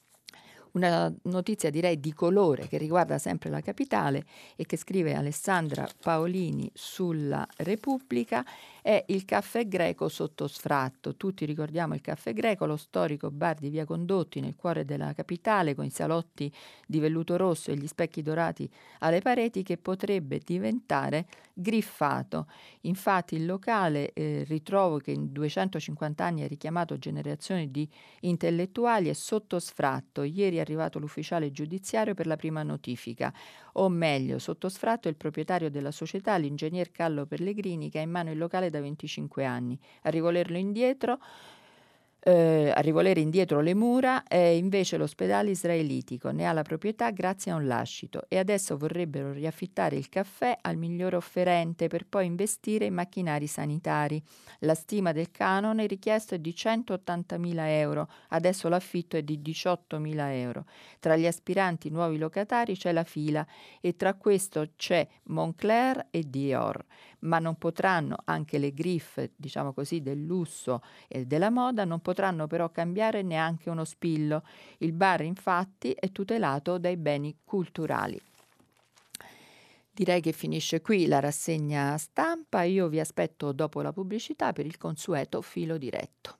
Una notizia direi di colore che riguarda sempre la capitale e che scrive Alessandra Paolini sulla Repubblica è il Caffè Greco sotto sfratto. Tutti ricordiamo il Caffè Greco, lo storico bar di Via Condotti nel cuore della capitale con i salotti di velluto rosso e gli specchi dorati alle pareti che potrebbe diventare griffato. Infatti il locale eh, ritrovo che in duecentocinquanta anni ha richiamato generazioni di intellettuali è sotto sfratto. Ieri è arrivato l'ufficiale giudiziario per la prima notifica, o meglio, sotto sfratto è il proprietario della società, l'ingegner Carlo Pellegrini, che ha in mano il locale da venticinque anni. A rivolerlo indietro Eh, a rivolere indietro le mura è invece l'ospedale israelitico, ne ha la proprietà grazie a un lascito e adesso vorrebbero riaffittare il caffè al migliore offerente per poi investire in macchinari sanitari. La stima del canone richiesto è di centottantamila euro, adesso l'affitto è di diciottomila euro. Tra gli aspiranti nuovi locatari c'è la fila e tra questo c'è Moncler e Dior, ma non potranno, anche le griffe, diciamo così, del lusso e della moda non potranno però cambiare neanche uno spillo. Il bar infatti è tutelato dai beni culturali. Direi che finisce qui la rassegna stampa, io vi aspetto dopo la pubblicità per il consueto filo diretto.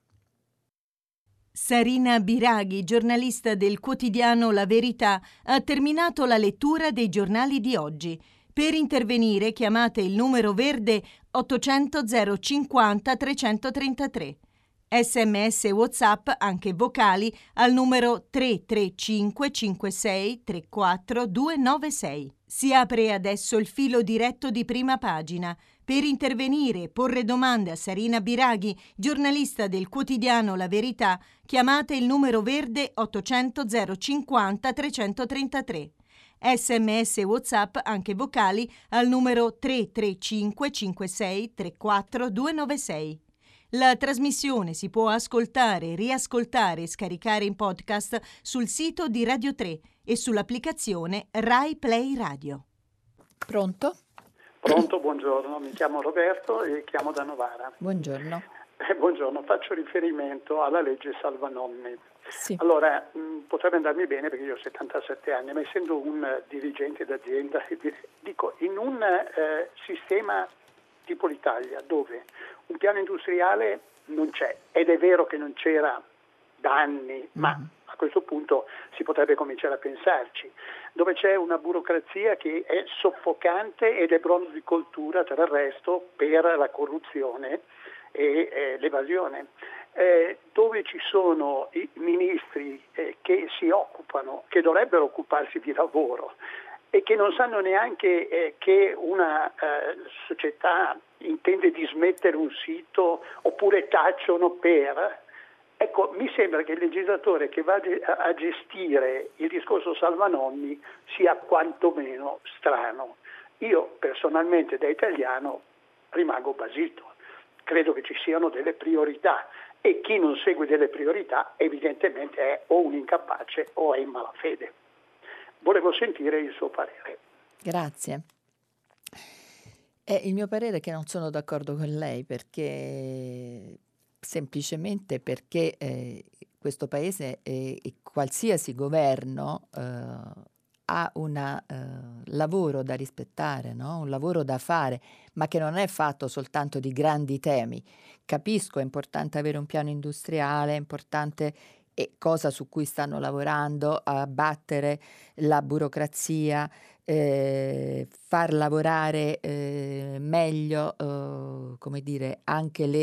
Sarina Biraghi, giornalista del quotidiano La Verità, ha terminato la lettura dei giornali di oggi. Per intervenire chiamate il numero verde ottocento zero cinquanta trecentotrentatré. Sms e WhatsApp, anche vocali, al numero tre tre cinque cinque sei tre quattro due nove sei. Si apre adesso il filo diretto di Prima Pagina. Per intervenire e porre domande a Sarina Biraghi, giornalista del quotidiano La Verità, chiamate il numero verde ottocento zero cinquanta trecentotrentatré. Sms e WhatsApp, anche vocali, al numero tre tre cinque cinque sei tre quattro due nove sei. La trasmissione si può ascoltare, riascoltare e scaricare in podcast sul sito di Radio tre e sull'applicazione Rai Play Radio. Pronto? Pronto, buongiorno, mi chiamo Roberto e chiamo da Novara. Buongiorno. Eh, buongiorno, faccio riferimento alla legge Salvanonni. Sì. Allora, mh, potrebbe andarmi bene perché io ho settantasette anni, ma essendo un uh, dirigente d'azienda, dico, in un uh, sistema tipo l'Italia, dove un piano industriale non c'è, ed è vero che non c'era da anni, ma Mhm. a questo punto si potrebbe cominciare a pensarci, dove c'è una burocrazia che è soffocante ed è bronzo di coltura, tra il resto, per la corruzione e eh, l'evasione, eh, dove ci sono i ministri eh, che si occupano, che dovrebbero occuparsi di lavoro e che non sanno neanche eh, che una eh, società intende dismettere un sito oppure tacciono per. Ecco, mi sembra che il legislatore che va a gestire il discorso salvanonni sia quantomeno strano. Io personalmente da italiano rimango basito, credo che ci siano delle priorità e chi non segue delle priorità evidentemente è o un incapace o è in malafede. Volevo sentire il suo parere. Grazie. Eh, il mio parere è che non sono d'accordo con lei perché semplicemente perché eh, questo paese eh, e qualsiasi governo eh, ha un lavoro da rispettare, no? Un lavoro da fare, ma che non è fatto soltanto di grandi temi. Capisco, è importante avere un piano industriale, è importante e cosa su cui stanno lavorando, abbattere la burocrazia, eh, far lavorare eh, meglio, eh, come dire, anche le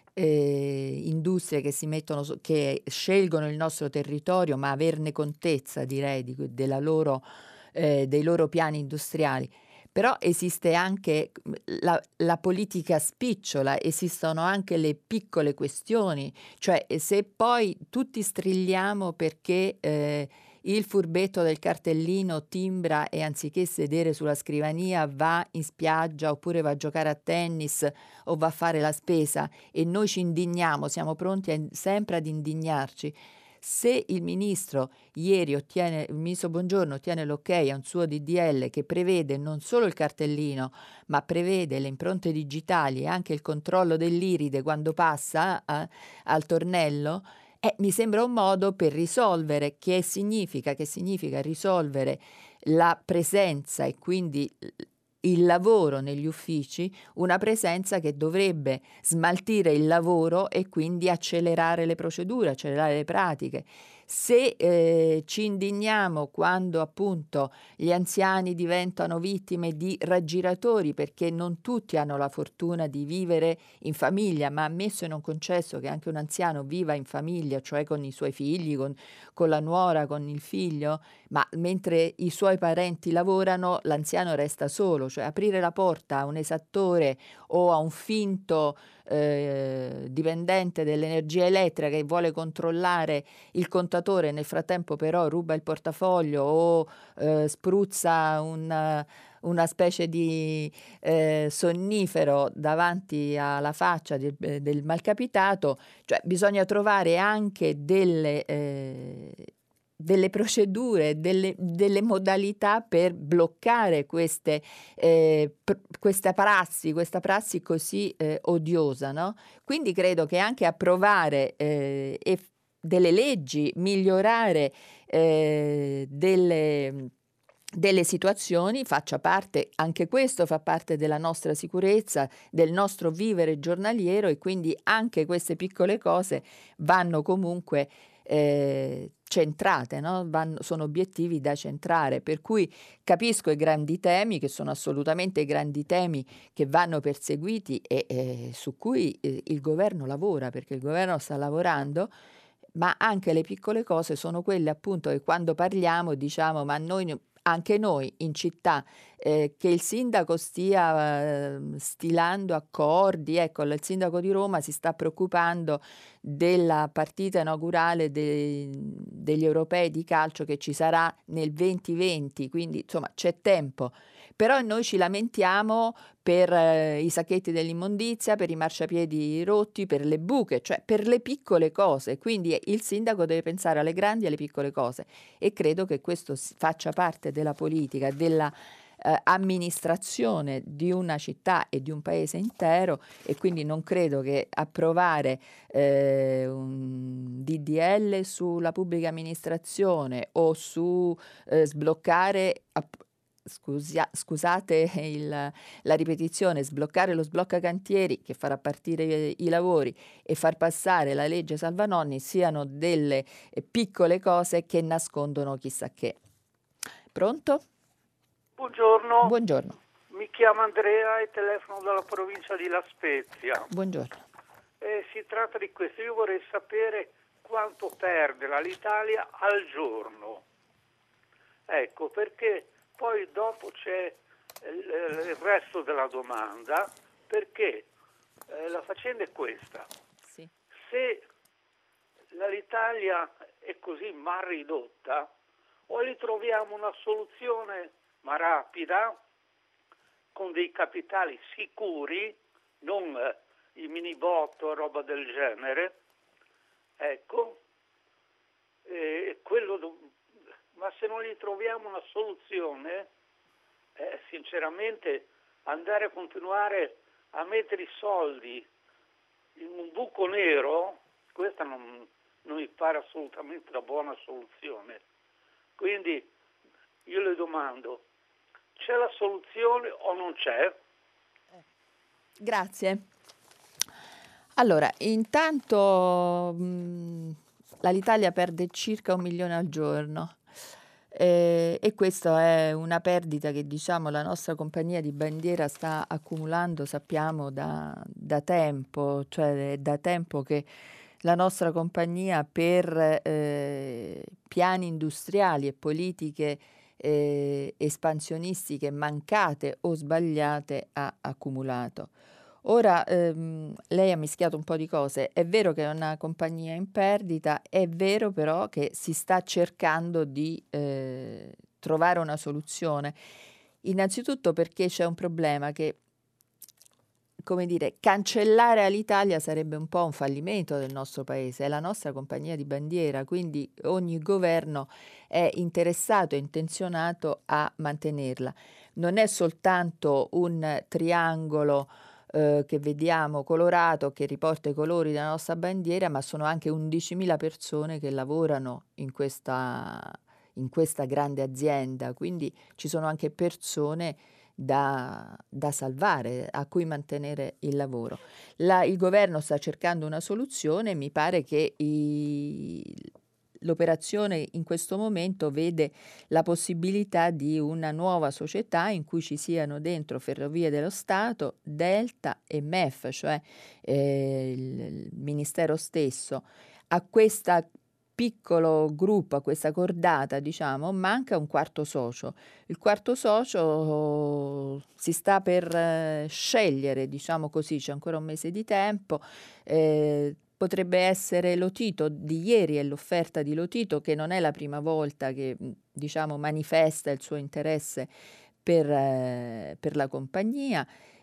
eh, industrie che si mettono, su- che scelgono il nostro territorio, ma averne contezza, direi, di, que- della loro, eh, dei loro piani industriali. Però esiste anche mh, la, la politica spicciola, esistono anche le piccole questioni, cioè eh, se poi tutti strilliamo perché eh, il furbetto del cartellino timbra e anziché sedere sulla scrivania va in spiaggia oppure va a giocare a tennis o va a fare la spesa e noi ci indigniamo, siamo pronti a- sempre ad indignarci. Se il ministro ieri ottiene, il ministro Bongiorno ottiene l'ok a un suo D D L che prevede non solo il cartellino, ma prevede le impronte digitali e anche il controllo dell'iride quando passa a- al tornello, eh, mi sembra un modo per risolvere, che significa, che significa risolvere la presenza e quindi il lavoro negli uffici, una presenza che dovrebbe smaltire il lavoro e quindi accelerare le procedure, accelerare le pratiche. Se eh, ci indigniamo quando appunto gli anziani diventano vittime di raggiratori, perché non tutti hanno la fortuna di vivere in famiglia, ma ammesso e non concesso che anche un anziano viva in famiglia, cioè con i suoi figli, con, con la nuora, con il figlio, ma mentre i suoi parenti lavorano, l'anziano resta solo, cioè aprire la porta a un esattore o a un finto eh, dipendente dell'energia elettrica che vuole controllare il contatore, nel frattempo però ruba il portafoglio o eh, spruzza un, una specie di eh, sonnifero davanti alla faccia del, del malcapitato, cioè bisogna trovare anche delle... Eh, delle procedure, delle, delle modalità per bloccare queste, eh, pr- questa prassi, questa prassi così eh, odiosa, no? Quindi credo che anche approvare eh, e delle leggi, migliorare eh, delle, delle situazioni faccia parte, anche questo fa parte della nostra sicurezza, del nostro vivere giornaliero e quindi anche queste piccole cose vanno comunque eh, centrate, no? Vanno, sono obiettivi da centrare, per cui capisco i grandi temi che sono assolutamente i grandi temi che vanno perseguiti e eh, su cui eh, il governo lavora, perché il governo sta lavorando, ma anche le piccole cose sono quelle appunto che quando parliamo diciamo ma noi anche noi in città eh, che il sindaco stia eh, stilando accordi, ecco, il sindaco di Roma si sta preoccupando della partita inaugurale de- degli europei di calcio che ci sarà nel duemilaventi, quindi insomma c'è tempo. Però noi ci lamentiamo per eh, i sacchetti dell'immondizia, per i marciapiedi rotti, per le buche, cioè per le piccole cose. Quindi il sindaco deve pensare alle grandi e alle piccole cose e credo che questo s- faccia parte della politica, della eh, amministrazione di una città e di un paese intero e quindi non credo che approvare eh, un D D L sulla pubblica amministrazione o su eh, sbloccare app- scusia- scusate il- la ripetizione, sbloccare lo sblocca cantieri che farà partire i, i lavori e far passare la legge Salvanonni siano delle eh, piccole cose che nascondono chissà che. Pronto? Buongiorno, Buongiorno. mi chiamo Andrea e telefono dalla provincia di La Spezia. Buongiorno. Eh, si tratta di questo, io vorrei sapere quanto perde l'Italia al giorno. Ecco, perché poi dopo c'è il, il resto della domanda, perché eh, la faccenda è questa. Sì. Se l'Italia è così mal ridotta, o ritroviamo una soluzione ma rapida, con dei capitali sicuri, non eh, i minibot o roba del genere, ecco, eh, quello do- ma se non gli troviamo una soluzione, eh, sinceramente andare a continuare a mettere i soldi in un buco nero, questa non, non mi pare assolutamente una buona soluzione. Quindi io le domando, c'è la soluzione o non c'è? Grazie. Allora, intanto mh, l'Italia perde circa un milione al giorno. Eh, e questa è una perdita che diciamo la nostra compagnia di bandiera sta accumulando, sappiamo, da, da tempo, cioè è da tempo che la nostra compagnia per eh, piani industriali e politiche eh, espansionistiche mancate o sbagliate ha accumulato. Ora, ehm, lei ha mischiato un po' di cose. È vero che è una compagnia in perdita, è vero però che si sta cercando di eh, trovare una soluzione. Innanzitutto perché c'è un problema che, come dire, cancellare all'Italia sarebbe un po' un fallimento del nostro paese, è la nostra compagnia di bandiera, quindi ogni governo è interessato e intenzionato a mantenerla. Non è soltanto un triangolo eh, che vediamo colorato che riporta i colori della nostra bandiera, ma sono anche undicimila persone che lavorano in questa, in questa grande azienda, quindi ci sono anche persone da, da salvare, a cui mantenere il lavoro. La- il governo sta cercando una soluzione, mi pare che i- l'operazione in questo momento vede la possibilità di una nuova società in cui ci siano dentro Ferrovie dello Stato, Delta e M E F, cioè eh, il, il Ministero stesso. A questa piccolo gruppo, a questa cordata, diciamo, manca un quarto socio. Il quarto socio si sta per eh, scegliere, diciamo così, c'è ancora un mese di tempo. Eh, potrebbe essere Lotito, di ieri è l'offerta di Lotito, che non è la prima volta che mh, diciamo, manifesta il suo interesse per, eh, per la compagnia.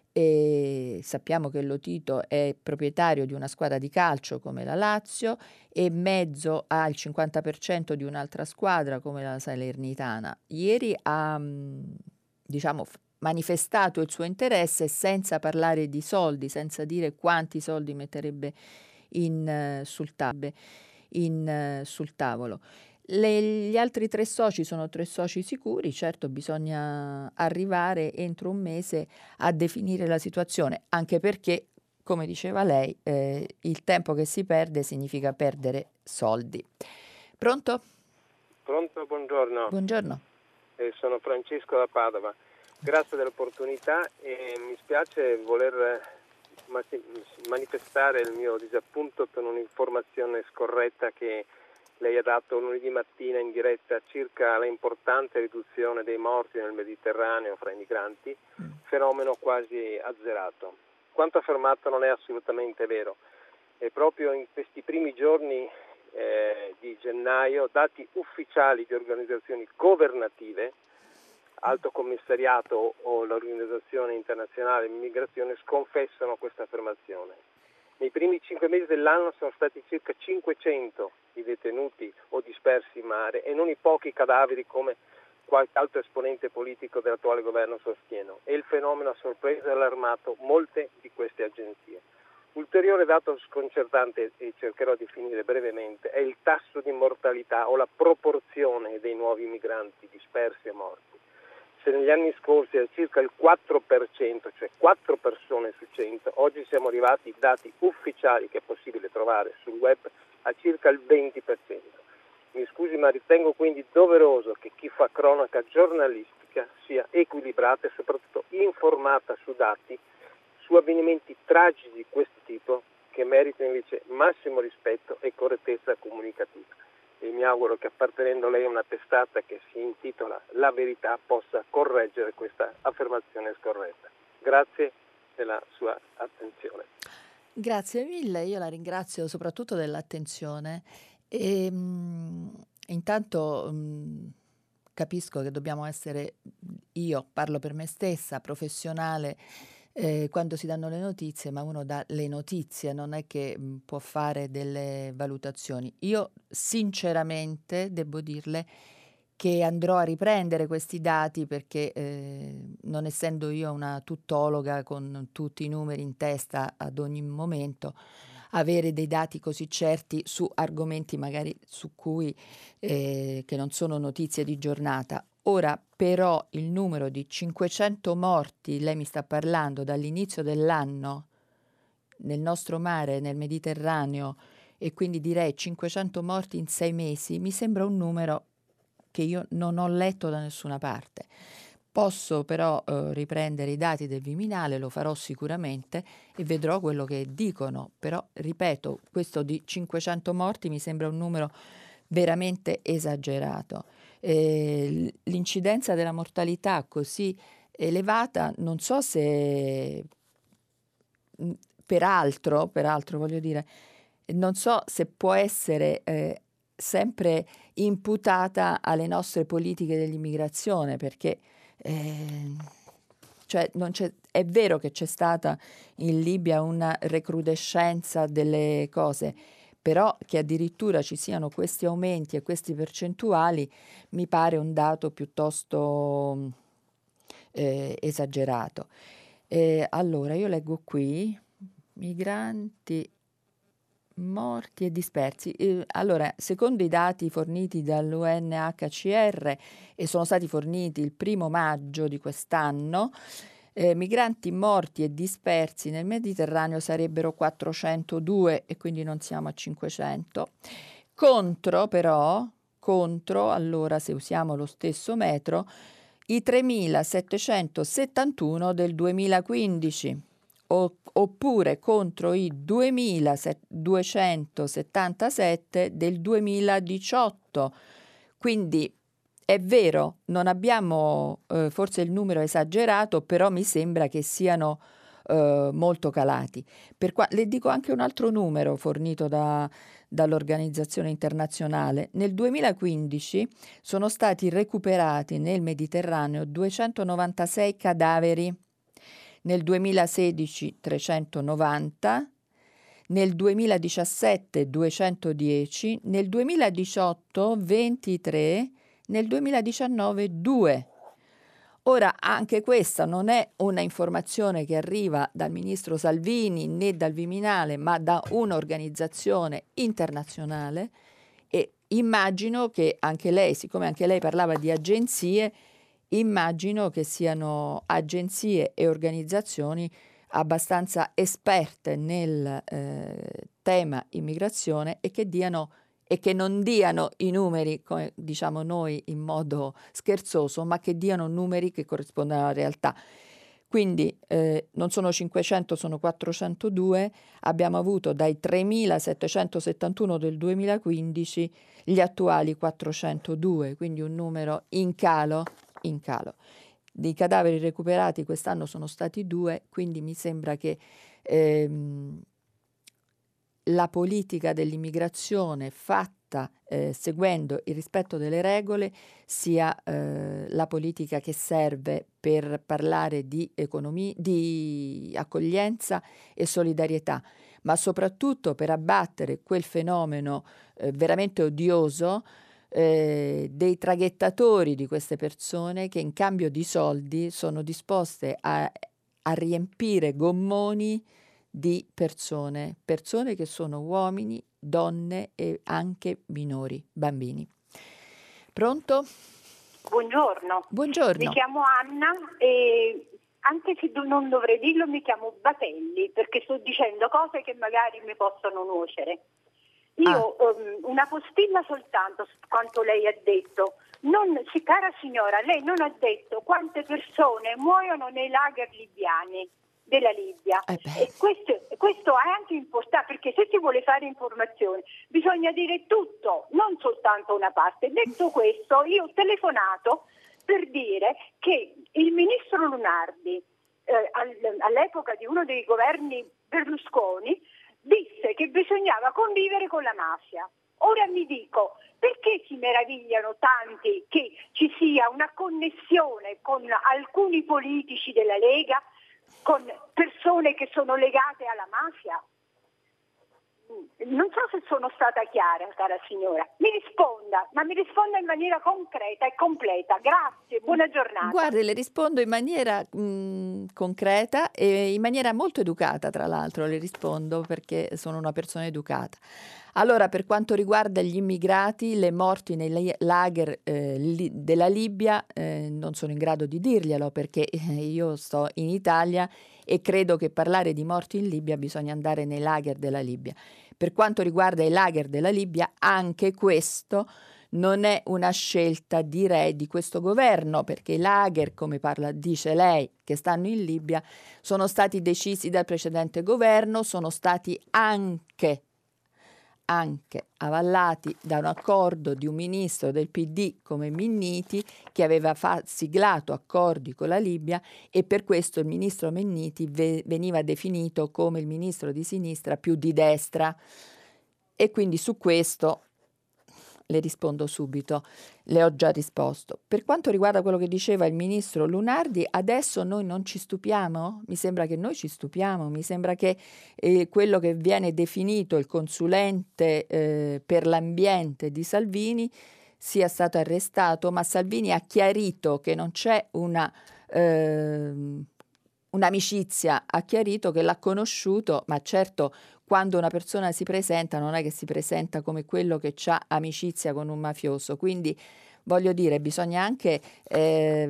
E sappiamo che Lotito è proprietario di una squadra di calcio come la Lazio e mezzo ha il cinquanta per cento di un'altra squadra come la Salernitana. Ieri ha mh, diciamo, f- manifestato il suo interesse senza parlare di soldi, senza dire quanti soldi metterebbe in, eh, sul, tab- in, eh, sul tavolo. Le- gli altri tre soci sono tre soci sicuri, certo bisogna arrivare entro un mese a definire la situazione, anche perché, come diceva lei, eh, il tempo che si perde significa perdere soldi. Pronto? Pronto, buongiorno. Buongiorno. Eh, sono Francesco da Padova. Grazie dell'opportunità e mi spiace voler ma- manifestare il mio disappunto per un'informazione scorretta che lei ha dato lunedì mattina in diretta circa l'importante riduzione dei morti nel Mediterraneo fra i migranti, fenomeno quasi azzerato. Quanto affermato non è assolutamente vero. E proprio in questi primi giorni eh, di gennaio dati ufficiali di organizzazioni governative, Alto Commissariato o l'Organizzazione Internazionale di Migrazione, sconfessano questa affermazione. Nei primi cinque mesi dell'anno sono stati circa cinquecento i detenuti o dispersi in mare e non i pochi cadaveri come qualche altro esponente politico dell'attuale governo sostiene. E il fenomeno ha sorpreso e allarmato molte di queste agenzie. Ulteriore dato sconcertante, e cercherò di finire brevemente, è il tasso di mortalità o la proporzione dei nuovi migranti dispersi e morti. se negli anni scorsi era circa il quattro per cento, cioè quattro persone su cento, oggi siamo arrivati, dati ufficiali che è possibile trovare sul web, a circa il venti per cento. Mi scusi, ma ritengo quindi doveroso che chi fa cronaca giornalistica sia equilibrata e soprattutto informata su dati, su avvenimenti tragici di questo tipo, che meritano invece massimo rispetto e correttezza comunicativa. E mi auguro che, appartenendo lei a una testata che si intitola La Verità, possa correggere questa affermazione scorretta. Grazie della sua attenzione. Grazie mille, io la ringrazio soprattutto dell'attenzione. E, mh, intanto mh, capisco che dobbiamo essere, io parlo per me stessa, professionale eh, quando si danno le notizie, ma uno dà le notizie, non è che mh, può fare delle valutazioni. Io sinceramente devo dirle che andrò a riprendere questi dati perché eh, non essendo io una tuttologa con tutti i numeri in testa ad ogni momento, avere dei dati così certi su argomenti magari su cui eh, che non sono notizie di giornata. Ora però il numero di cinquecento morti, lei mi sta parlando dall'inizio dell'anno nel nostro mare, nel Mediterraneo, e quindi direi cinquecento morti in sei mesi, mi sembra un numero che io non ho letto da nessuna parte. Posso però eh, riprendere i dati del Viminale, lo farò sicuramente e vedrò quello che dicono, però ripeto, questo di cinquecento morti mi sembra un numero veramente esagerato. Eh, l'incidenza della mortalità così elevata, non so se mh, peraltro, peraltro voglio dire, non so se può essere eh, sempre imputata alle nostre politiche dell'immigrazione, perché eh, cioè non c'è, è vero che c'è stata in Libia una recrudescenza delle cose, però che addirittura ci siano questi aumenti e questi percentuali mi pare un dato piuttosto eh, esagerato. Eh, allora, io leggo qui, migranti morti e dispersi. Eh, allora, secondo i dati forniti dall'U N H C R e sono stati forniti il primo maggio di quest'anno, eh, migranti morti e dispersi nel Mediterraneo sarebbero quattrocentodue e quindi non siamo a cinquecento. Contro però, contro, allora se usiamo lo stesso metro, i tremilasettecentosettantuno del duemilaquindici. O, oppure contro i duemiladuecentosettantasette del duemiladiciotto. Quindi è vero, non abbiamo eh, forse il numero esagerato, però mi sembra che siano eh, molto calati. Per qua, le dico anche un altro numero fornito da, dall'Organizzazione Internazionale. Nel duemilaquindici sono stati recuperati nel Mediterraneo duecentonovantasei cadaveri, nel duemilasedici trecentonovanta, nel duemiladiciassette duecentodieci, nel duemiladiciotto ventitré, nel duemiladiciannove due. Ora, anche questa non è una informazione che arriva dal ministro Salvini né dal Viminale, ma da un'organizzazione internazionale, e immagino che anche lei, siccome anche lei parlava di agenzie, immagino che siano agenzie e organizzazioni abbastanza esperte nel eh, tema immigrazione e che diano e che non diano i numeri, come diciamo noi in modo scherzoso, ma che diano numeri che corrispondono alla realtà. Quindi eh, non sono cinquecento, sono quattrocentodue, abbiamo avuto dai tremilasettecentosettantuno del duemilaquindici gli attuali quattrocentodue, quindi un numero in calo, in calo. Dei cadaveri recuperati quest'anno sono stati due, quindi mi sembra che ehm, la politica dell'immigrazione fatta eh, seguendo il rispetto delle regole sia eh, la politica che serve per parlare di economia, di accoglienza e solidarietà, ma soprattutto per abbattere quel fenomeno eh, veramente odioso eh, dei traghettatori di queste persone che in cambio di soldi sono disposte a, a riempire gommoni di persone, persone che sono uomini, donne e anche minori, bambini. Pronto? Buongiorno. Buongiorno. Mi chiamo Anna e anche se non dovrei dirlo mi chiamo Batelli, perché sto dicendo cose che magari mi possono nuocere. Io ah. um, una postilla soltanto su quanto lei ha detto. Non, sì, cara signora, lei non ha detto quante persone muoiono nei lager libiani della Libia. Eh e questo, questo è anche importante, perché se si vuole fare informazione bisogna dire tutto, non soltanto una parte. Detto questo, io ho telefonato per dire che il ministro Lunardi eh, all'epoca di uno dei governi Berlusconi disse che bisognava convivere con la mafia. Ora mi dico, perché si meravigliano tanti che ci sia una connessione con alcuni politici della Lega, con persone che sono legate alla mafia? Non so se sono stata chiara, cara signora. Mi risponda, ma mi risponda in maniera concreta e completa. Grazie, buona giornata. Guardi, le rispondo in maniera mh, concreta e in maniera molto educata, tra l'altro, le rispondo perché sono una persona educata. Allora, per quanto riguarda gli immigrati, le morti nei lager eh, li, della Libia, eh, non sono in grado di dirglielo perché io sto in Italia e credo che parlare di morti in Libia bisogna andare nei lager della Libia. Per quanto riguarda i lager della Libia, anche questo non è una scelta, direi, di questo governo, perché i lager, come parla, dice lei, che stanno in Libia, sono stati decisi dal precedente governo, sono stati anche anche avallati da un accordo di un ministro del P D come Minniti, che aveva fa- siglato accordi con la Libia, e per questo il ministro Minniti ve- veniva definito come il ministro di sinistra più di destra, e quindi su questo le rispondo subito, le ho già risposto. Per quanto riguarda quello che diceva il ministro Lunardi, adesso noi non ci stupiamo? Mi sembra che noi ci stupiamo, mi sembra che eh, quello che viene definito il consulente eh, per l'ambiente di Salvini sia stato arrestato, ma Salvini ha chiarito che non c'è una... Eh, un'amicizia, ha chiarito che l'ha conosciuto, ma certo quando una persona si presenta non è che si presenta come quello che ha amicizia con un mafioso, quindi voglio dire bisogna anche eh,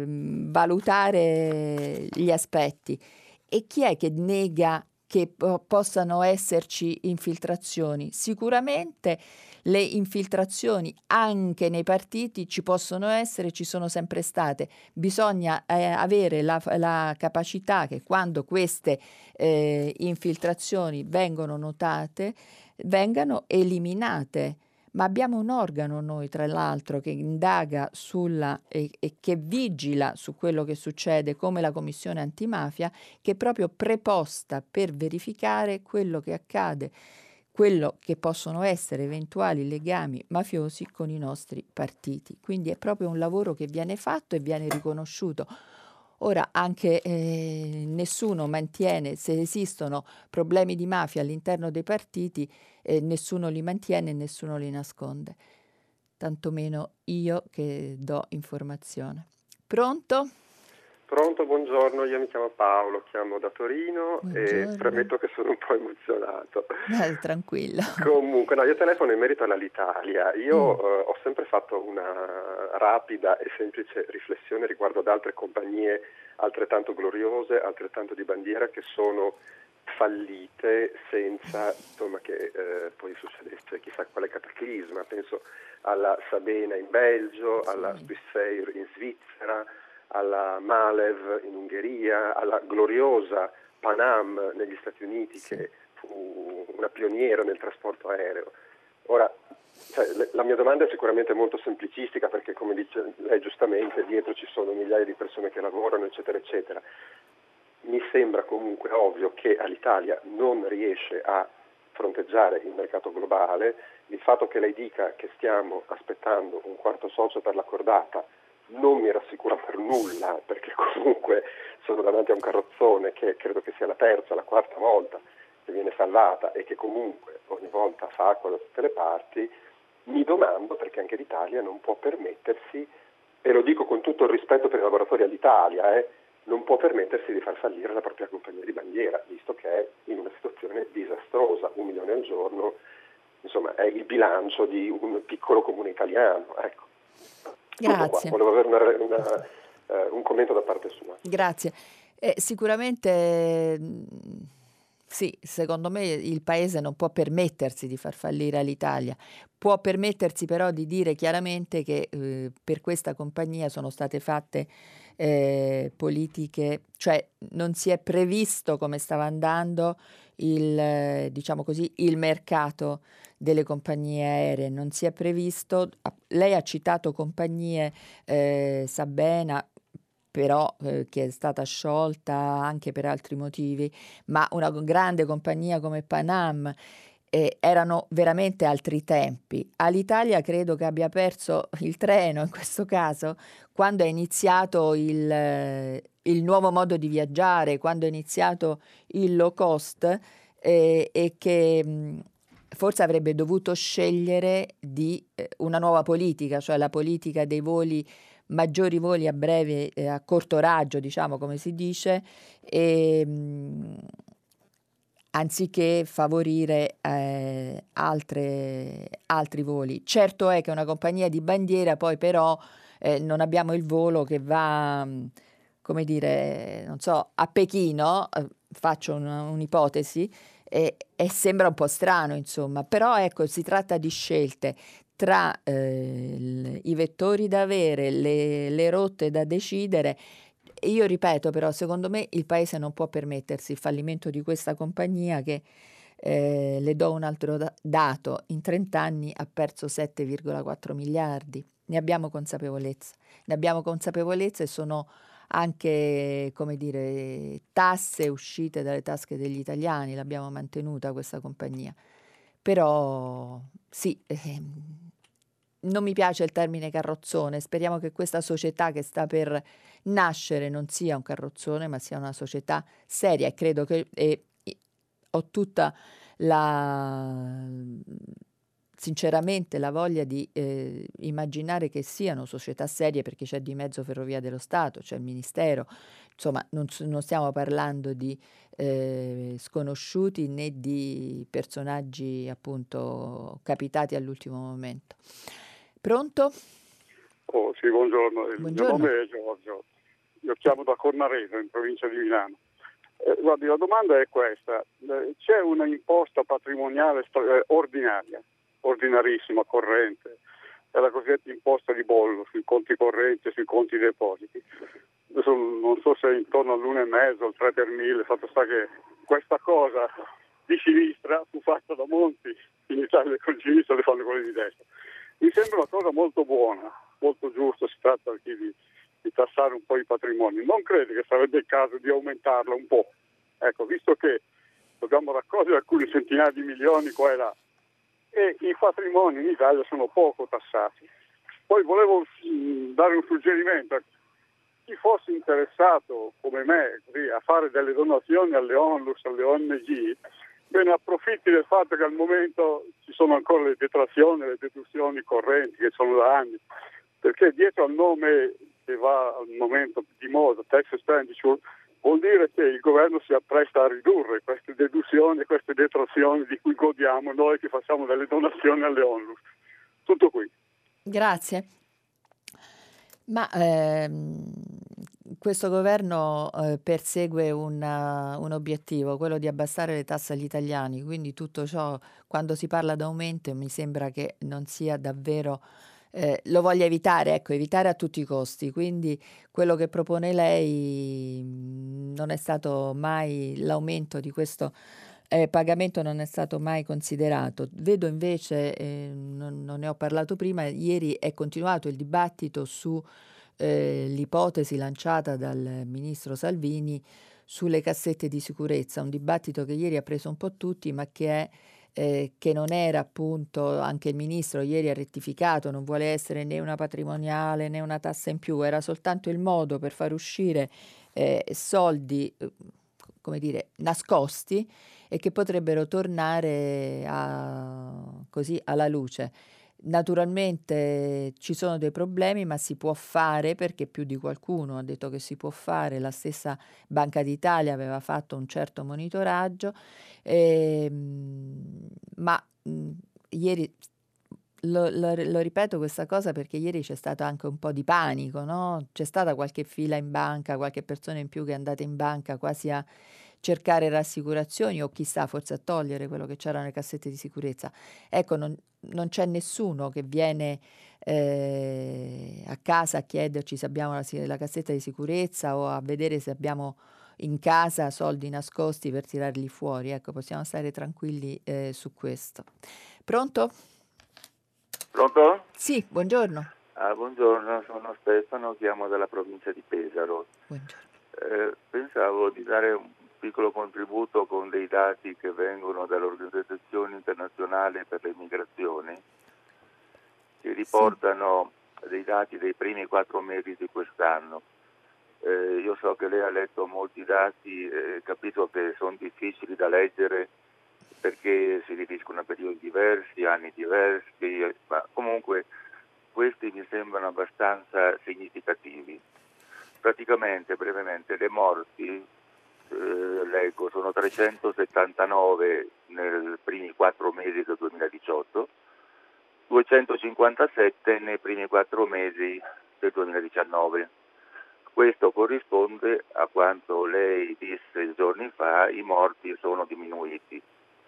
valutare gli aspetti. E chi è che nega che po- possano esserci infiltrazioni? Sicuramente le infiltrazioni anche nei partiti ci possono essere, ci sono sempre state. Bisogna eh, avere la, la capacità che quando queste eh, infiltrazioni vengono notate, vengano eliminate. Ma abbiamo un organo noi, tra l'altro, che indaga sulla e, e che vigila su quello che succede, come la Commissione Antimafia, che è proprio preposta per verificare quello che accade, quello che possono essere eventuali legami mafiosi con i nostri partiti. Quindi è proprio un lavoro che viene fatto e viene riconosciuto. Ora anche eh, nessuno mantiene, se esistono problemi di mafia all'interno dei partiti, eh, nessuno li mantiene e nessuno li nasconde, tantomeno io che do informazione. Pronto? Pronto, buongiorno, io mi chiamo Paolo, chiamo da Torino Buongiorno. E premetto che sono un po' emozionato. Eh, tranquillo. Comunque, no, io telefono in merito all'Alitalia. Io Mm. eh, ho sempre fatto una rapida e semplice riflessione riguardo ad altre compagnie altrettanto gloriose, altrettanto di bandiera, che sono fallite senza insomma che eh, poi succedesse chissà quale cataclisma. Penso alla Sabena in Belgio, Sì. alla Swissair in Svizzera, alla Malev in Ungheria, alla gloriosa Panam negli Stati Uniti, Sì. che fu una pioniera nel trasporto aereo. Ora, cioè, le, la mia domanda è sicuramente molto semplicistica, perché come dice lei giustamente, dietro ci sono migliaia di persone che lavorano, eccetera, eccetera. Mi sembra comunque ovvio che all'Italia non riesce a fronteggiare il mercato globale. Il fatto che lei dica che stiamo aspettando un quarto socio per la cordata non mi rassicura per nulla, perché comunque sono davanti a un carrozzone che credo che sia la terza, la quarta volta che viene salvata e che comunque ogni volta fa acqua da tutte le parti. Mi domando perché anche l'Italia non può permettersi, e lo dico con tutto il rispetto per i lavoratori all'Italia, eh, non può permettersi di far fallire la propria compagnia di bandiera, visto che è in una situazione disastrosa. Un milione al giorno, insomma, è il bilancio di un piccolo comune italiano, ecco. Tutto qua, Grazie. volevo avere una, una, eh, un commento da parte sua. Grazie. Eh, sicuramente mh, sì, secondo me il paese non può permettersi di far fallire l'Italia, può permettersi però di dire chiaramente che eh, per questa compagnia sono state fatte eh, politiche, cioè non si è previsto come stava andando il, eh, diciamo così, il mercato delle compagnie aeree, non si è previsto, ha- lei ha citato compagnie, eh, Sabena, però eh, che è stata sciolta anche per altri motivi, ma una g- grande compagnia come Panam, eh, erano veramente altri tempi. All'Italia credo che abbia perso il treno in questo caso quando è iniziato il, eh, il nuovo modo di viaggiare, quando è iniziato il low cost, eh, e che mh, forse avrebbe dovuto scegliere di eh, una nuova politica, cioè la politica dei voli, maggiori voli a breve, eh, a corto raggio, diciamo come si dice, e, mh, anziché favorire eh, altre, altri voli. Certo è che una compagnia di bandiera poi però eh, non abbiamo il volo che va, mh, come dire, non so, a Pechino, eh, faccio una- un'ipotesi, e, e sembra un po' strano, insomma, però ecco, si tratta di scelte tra eh, il- i vettori da avere, le, le rotte da decidere. E io ripeto, però, secondo me il paese non può permettersi il fallimento di questa compagnia che, eh, le do un altro da- dato, in trenta anni ha perso sette virgola quattro miliardi. Ne abbiamo consapevolezza. Ne abbiamo consapevolezza e sono anche, come dire, tasse uscite dalle tasche degli italiani, l'abbiamo mantenuta questa compagnia. Però sì, ehm, non mi piace il termine carrozzone, speriamo che questa società che sta per nascere non sia un carrozzone, ma sia una società seria, e credo che e, e, ho tutta la sinceramente la voglia di eh, immaginare che siano società serie, perché c'è di mezzo Ferrovia dello Stato, c'è il Ministero, insomma non, s- non stiamo parlando di eh, sconosciuti né di personaggi appunto capitati all'ultimo momento. Pronto? Oh, sì, buongiorno, il mio Buongiorno. nome è Giorgio, io chiamo da Cornareso in provincia di Milano. Eh, guardi, la domanda è questa, eh, c'è una imposta patrimoniale stra- eh, ordinaria, ordinarissima, corrente, è la cosiddetta imposta di bollo sui conti correnti e sui conti depositi. Adesso non so se è intorno all'uno e mezzo, al tre per mille, fatto sta che questa cosa di sinistra fu fatta da molti, in Italia con sinistra le fanno quelle di destra. Mi sembra una cosa molto buona, molto giusta, si tratta anche di, di tassare un po' i patrimoni. Non credi che sarebbe il caso di aumentarla un po'? Ecco, visto che dobbiamo raccogliere alcune centinaia di milioni qua e là, e i patrimoni in Italia sono poco tassati. Poi volevo mh, dare un suggerimento a chi fosse interessato, come me, così, a fare delle donazioni alle Onlus, alle O N G, bene, approfitti del fatto che al momento ci sono ancora le detrazioni, le deduzioni correnti che sono da anni, perché dietro al nome che va al momento di moda, tax expenditure, vuol dire che il governo si appresta a ridurre queste deduzioni e queste detrazioni di cui godiamo noi che facciamo delle donazioni alle Onlus. Tutto qui. Grazie. Ma ehm, questo governo eh, persegue una- un obiettivo, quello di abbassare le tasse agli italiani, quindi tutto ciò, quando si parla d'aumento, mi sembra che non sia davvero, eh, lo voglia evitare, ecco, evitare a tutti i costi. Quindi quello che propone lei mh, non è stato mai l'aumento di questo eh, pagamento, non è stato mai considerato. Vedo invece, eh, non, non ne ho parlato prima, ieri è continuato il dibattito su eh, l'ipotesi lanciata dal ministro Salvini sulle cassette di sicurezza, un dibattito che ieri ha preso un po' tutti, ma che è eh, che non era appunto, anche il ministro ieri ha rettificato, non vuole essere né una patrimoniale né una tassa in più, era soltanto il modo per far uscire eh, soldi, eh, come dire, nascosti e che potrebbero tornare a, così alla luce. Naturalmente ci sono dei problemi, ma si può fare perché più di qualcuno ha detto che si può fare. La stessa Banca d'Italia aveva fatto un certo monitoraggio, ehm, ma mh, ieri lo, lo, lo ripeto questa cosa perché ieri c'è stato anche un po' di panico, no? C'è stata qualche fila in banca, qualche persona in più che è andata in banca quasi a cercare rassicurazioni o chissà, forse a togliere quello che c'era nelle cassette di sicurezza. Ecco, non, non c'è nessuno che viene eh, a casa a chiederci se abbiamo la, la cassetta di sicurezza o a vedere se abbiamo in casa soldi nascosti per tirarli fuori. Ecco, possiamo stare tranquilli eh, su questo. Pronto? Pronto? Sì, buongiorno. Ah, buongiorno, sono Stefano, chiamo dalla provincia di Pesaro. Buongiorno. Eh, pensavo di dare un piccolo contributo con dei dati che vengono dall'Organizzazione Internazionale per le Migrazioni, che riportano sì. dei dati dei primi quattro mesi di quest'anno. Eh, io so che lei ha letto molti dati, eh, capito che sono difficili da leggere perché si riferiscono a periodi diversi, anni diversi, ma comunque questi mi sembrano abbastanza significativi. Praticamente, brevemente, le morti, eh, leggo, sono trecentosettantanove nei primi quattro mesi del duemiladiciotto, duecentocinquantasette nei primi quattro mesi del duemiladiciannove. Questo corrisponde a quanto lei disse giorni fa, i morti sono diminuiti.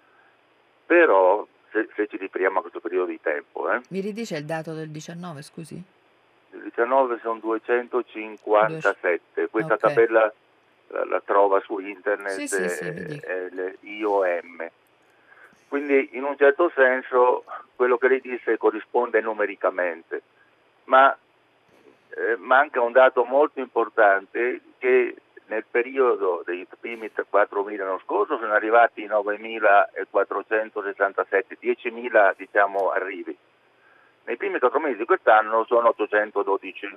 Però, se, se ci riferiamo a questo periodo di tempo... Eh, Mi ridice il dato del diciannove, scusi? Il diciannove sono duecentocinquantasette. Questa okay. tabella la, la trova su internet, sì, sì, sì, è l'I O M. Quindi, in un certo senso, quello che lei disse corrisponde numericamente. Ma eh, manca un dato molto importante, che nel periodo dei primi quattro mesi l'anno scorso sono arrivati novemilaquattrocentosessantasette, diecimila diciamo arrivi. Nei primi quattro mesi di quest'anno sono ottocentododici.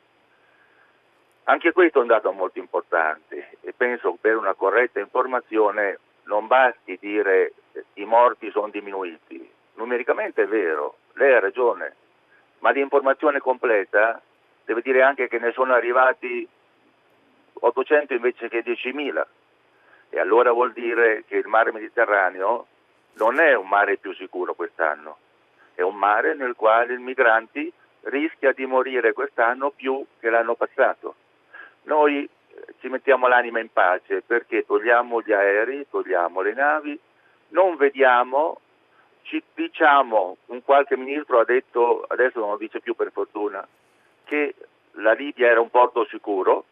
Anche questo è un dato molto importante e penso che per una corretta informazione non basti dire eh, i morti sono diminuiti. Numericamente è vero, lei ha ragione, ma l'informazione completa deve dire anche che ne sono arrivati ottocento invece che diecimila, e allora vuol dire che il mare Mediterraneo non è un mare più sicuro quest'anno, è un mare nel quale il migranti rischia di morire quest'anno più che l'anno passato. Noi ci mettiamo l'anima in pace perché togliamo gli aerei, togliamo le navi, non vediamo, ci diciamo, un qualche ministro ha detto, adesso non lo dice più per fortuna, che la Libia era un porto sicuro,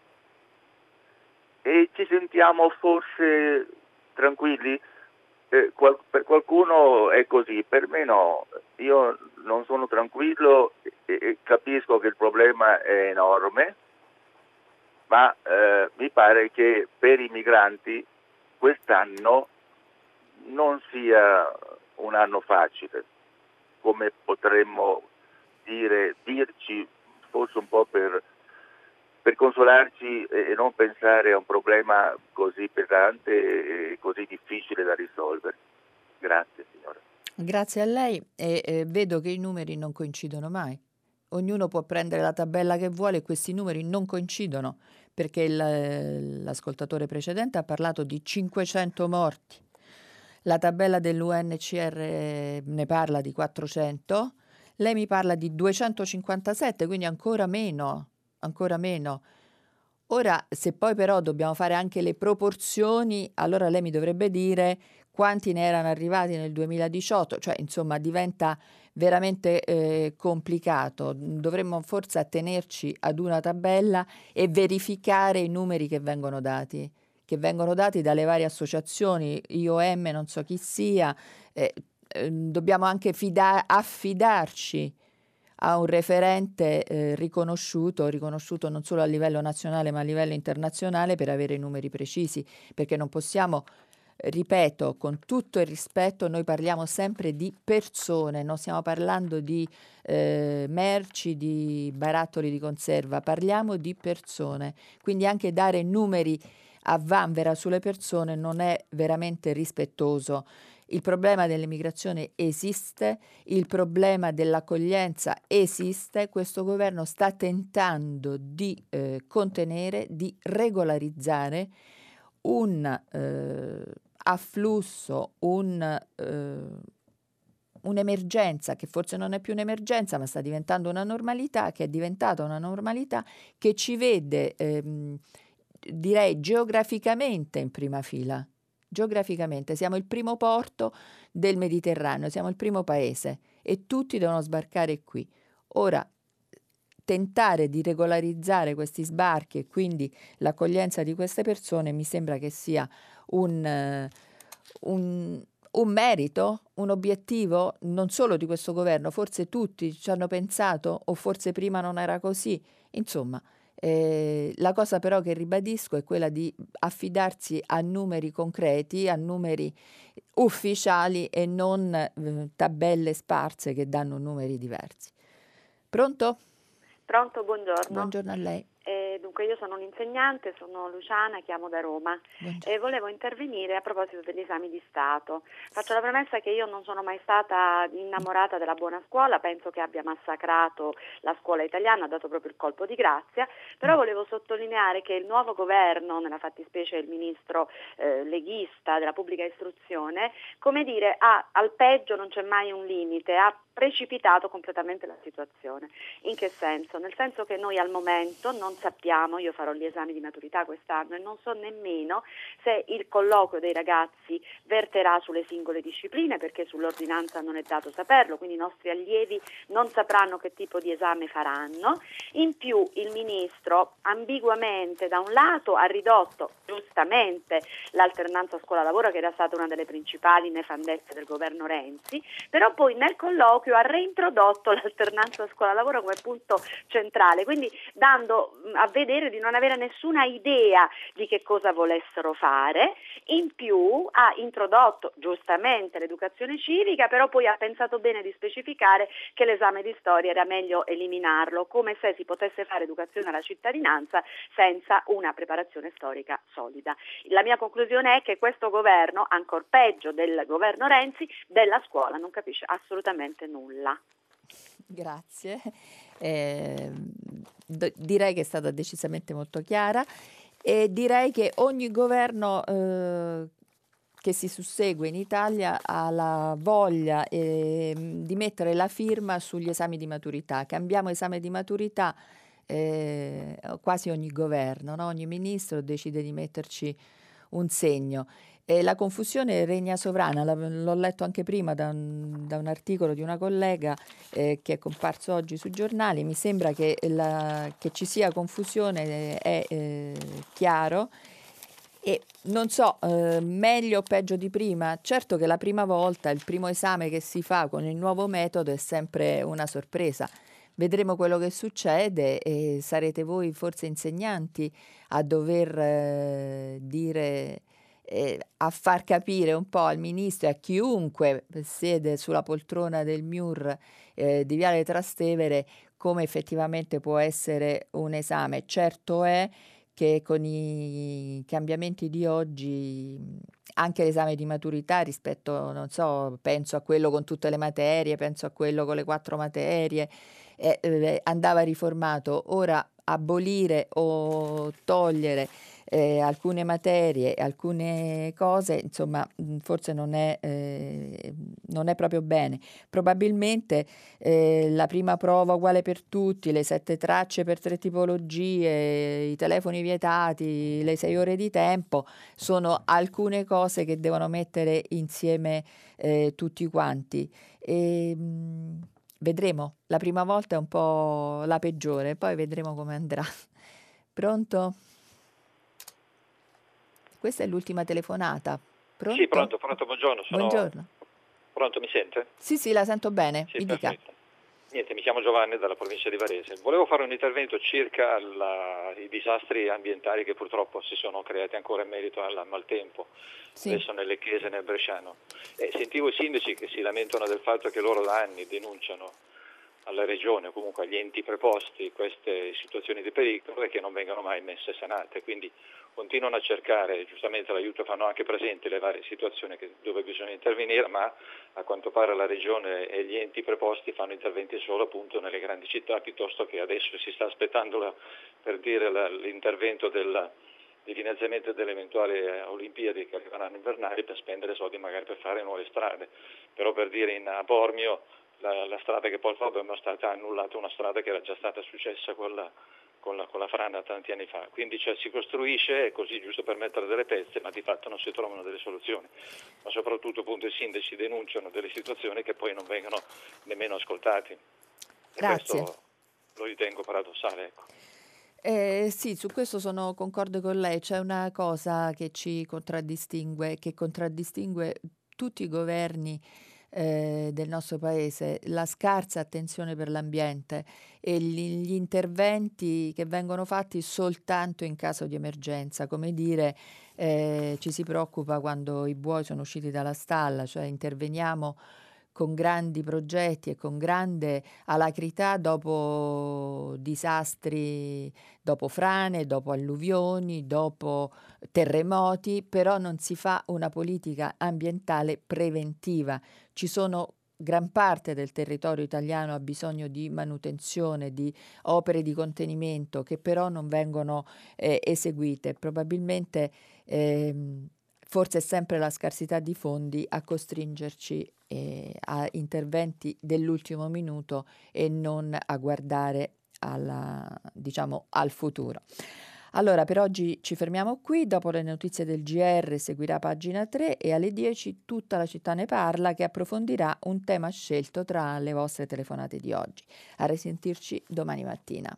e ci sentiamo forse tranquilli. Eh, qual- per qualcuno è così, per me no. Io non sono tranquillo e, e capisco che il problema è enorme, ma eh, mi pare che per i migranti quest'anno non sia un anno facile, come potremmo dire, dirci forse un po' per per consolarci e non pensare a un problema così pesante e così difficile da risolvere. Grazie signora. Grazie a lei e eh, vedo che i numeri non coincidono mai. Ognuno può prendere la tabella che vuole e questi numeri non coincidono perché il, l'ascoltatore precedente ha parlato di cinquecento morti. La tabella dell'U N C R ne parla di quattrocento, lei mi parla di duecentocinquantasette, quindi ancora meno. ancora meno. Ora, se poi però dobbiamo fare anche le proporzioni, allora lei mi dovrebbe dire quanti ne erano arrivati nel duemiladiciotto, cioè insomma diventa veramente eh, complicato. Dovremmo forse attenerci ad una tabella e verificare i numeri che vengono dati, che vengono dati dalle varie associazioni, I O M, non so chi sia, eh, eh, dobbiamo anche fida- affidarci a un referente eh, riconosciuto, riconosciuto non solo a livello nazionale ma a livello internazionale per avere i numeri precisi, perché non possiamo, ripeto, con tutto il rispetto, noi parliamo sempre di persone, non stiamo parlando di eh, merci, di barattoli di conserva, parliamo di persone, quindi anche dare numeri a vanvera sulle persone non è veramente rispettoso. Il problema dell'immigrazione esiste, il problema dell'accoglienza esiste, questo governo sta tentando di eh, contenere, di regolarizzare un eh, afflusso, un, eh, un'emergenza che forse non è più un'emergenza ma sta diventando una normalità, che è diventata una normalità, che ci vede ehm, direi geograficamente in prima fila. Geograficamente siamo il primo porto del Mediterraneo, siamo il primo paese e tutti devono sbarcare qui. Ora, tentare di regolarizzare questi sbarchi e quindi l'accoglienza di queste persone mi sembra che sia un, un, un merito, un obiettivo non solo di questo governo, forse tutti ci hanno pensato o forse prima non era così, insomma. Eh, la cosa però che ribadisco è quella di affidarsi a numeri concreti, a numeri ufficiali e non eh, tabelle sparse che danno numeri diversi. Pronto? Pronto, buongiorno. Buongiorno a lei. Eh, dunque io sono un'insegnante, sono Luciana, chiamo da Roma e volevo intervenire a proposito degli esami di Stato. Faccio la premessa che io non sono mai stata innamorata della buona scuola, penso che abbia massacrato la scuola italiana, ha dato proprio il colpo di grazia, però volevo sottolineare che il nuovo governo, nella fattispecie il ministro eh, leghista della pubblica istruzione, come dire, ha, al peggio non c'è mai un limite, ha precipitato completamente la situazione. In che senso? Nel senso che noi al momento non sappiamo, io farò gli esami di maturità quest'anno e non so nemmeno se il colloquio dei ragazzi verterà sulle singole discipline, perché sull'ordinanza non è dato saperlo, quindi i nostri allievi non sapranno che tipo di esame faranno. In più il ministro ambiguamente da un lato ha ridotto giustamente l'alternanza scuola-lavoro, che era stata una delle principali nefandezze del governo Renzi, però poi nel colloquio ha reintrodotto l'alternanza scuola-lavoro come punto centrale, quindi dando a vedere di non avere nessuna idea di che cosa volessero fare. In più ha introdotto giustamente l'educazione civica, però poi ha pensato bene di specificare che l'esame di storia era meglio eliminarlo, come se si potesse fare educazione alla cittadinanza senza una preparazione storica solida. La mia conclusione è che questo governo, ancor peggio del governo Renzi, della scuola non capisce assolutamente nulla. Grazie. Eh, d- direi che è stata decisamente molto chiara e direi che ogni governo eh, che si sussegue in Italia ha la voglia eh, di mettere la firma sugli esami di maturità. Cambiamo esame di maturità eh, quasi ogni governo, no? Ogni ministro decide di metterci un segno. E la confusione regna sovrana, l'ho letto anche prima da un, da un articolo di una collega eh, che è comparso oggi sui giornali. Mi sembra che, la, che ci sia confusione, è eh, chiaro, e non so, eh, meglio o peggio di prima. Certo che la prima volta, il primo esame che si fa con il nuovo metodo è sempre una sorpresa. Vedremo quello che succede e sarete voi forse insegnanti a dover eh, dire... Eh, a far capire un po' al ministro e a chiunque siede sulla poltrona del M I U R eh, di Viale Trastevere come effettivamente può essere un esame. Certo è che con i cambiamenti di oggi anche l'esame di maturità rispetto, non so, penso a quello con tutte le materie, penso a quello con le quattro materie, eh, eh, andava riformato. Ora abolire o togliere Eh, alcune materie, alcune cose, insomma, forse non è, eh, non è proprio bene. Probabilmente eh, la prima prova uguale per tutti, le sette tracce per tre tipologie, i telefoni vietati, le sei ore di tempo, sono alcune cose che devono mettere insieme eh, tutti quanti. E, mh, vedremo, la prima volta è un po' la peggiore, poi vedremo come andrà. Pronto? Questa è l'ultima telefonata. Pronto? Sì, pronto, pronto, buongiorno. Sono... Buongiorno. Pronto, mi sente? Sì, sì, la sento bene, sì, mi dica. Niente, mi chiamo Giovanni dalla provincia di Varese. Volevo fare un intervento circa la... i disastri ambientali che purtroppo si sono creati ancora in merito al maltempo, sì. Adesso nelle chiese nel Bresciano. E sentivo i sindaci che si lamentano del fatto che loro da anni denunciano alla regione o comunque agli enti preposti queste situazioni di pericolo e che non vengono mai messe sanate, quindi continuano a cercare, giustamente l'aiuto, fanno anche presente le varie situazioni che, dove bisogna intervenire, ma a quanto pare la regione e gli enti preposti fanno interventi solo appunto nelle grandi città, piuttosto che adesso si sta aspettando la, per dire la, l'intervento del, di finanziamento delle eventuali Olimpiadi che arriveranno invernali, per spendere soldi magari per fare nuove strade. Però per dire, in a Bormio la, la strada che poi abbiamo stata annullata, una strada che era già stata successa con la, con la, con la frana tanti anni fa. Quindi cioè, si costruisce così giusto per mettere delle pezze, ma di fatto non si trovano delle soluzioni. Ma soprattutto appunto i sindaci denunciano delle situazioni che poi non vengono nemmeno ascoltati. Grazie. E questo lo ritengo paradossale, ecco. Eh, sì, su questo sono concorde con lei. C'è una cosa che ci contraddistingue, che contraddistingue tutti i governi eh, del nostro paese: la scarsa attenzione per l'ambiente e gli, gli interventi che vengono fatti soltanto in caso di emergenza. Come dire, eh, ci si preoccupa quando i buoi sono usciti dalla stalla, cioè interveniamo con grandi progetti e con grande alacrità dopo disastri, dopo frane, dopo alluvioni, dopo terremoti, però non si fa una politica ambientale preventiva. Ci sono gran parte del territorio italiano ha bisogno di manutenzione, di opere di contenimento che però non vengono eh, eseguite. Probabilmente ehm, forse è sempre la scarsità di fondi a costringerci eh, a interventi dell'ultimo minuto e non a guardare alla, diciamo, al futuro. Allora, per oggi ci fermiamo qui. Dopo le notizie del G R seguirà Pagina tre e alle dieci Tutta la città ne parla, che approfondirà un tema scelto tra le vostre telefonate di oggi. A risentirci domani mattina.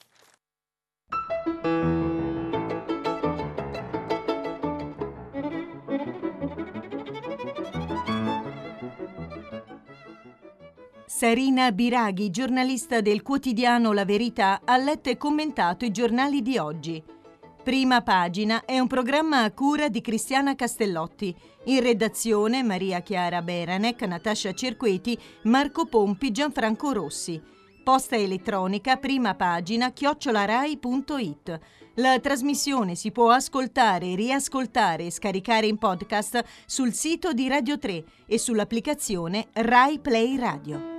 Sarina Biraghi, giornalista del quotidiano La Verità, ha letto e commentato i giornali di oggi. Prima Pagina è un programma a cura di Cristiana Castellotti. In redazione Maria Chiara Beranec, Natascia Cerqueti, Marco Pompi, Gianfranco Rossi. Posta elettronica primapagina chiocciolarai punto it. La trasmissione si può ascoltare, riascoltare e scaricare in podcast sul sito di Radio tre e sull'applicazione Rai Play Radio.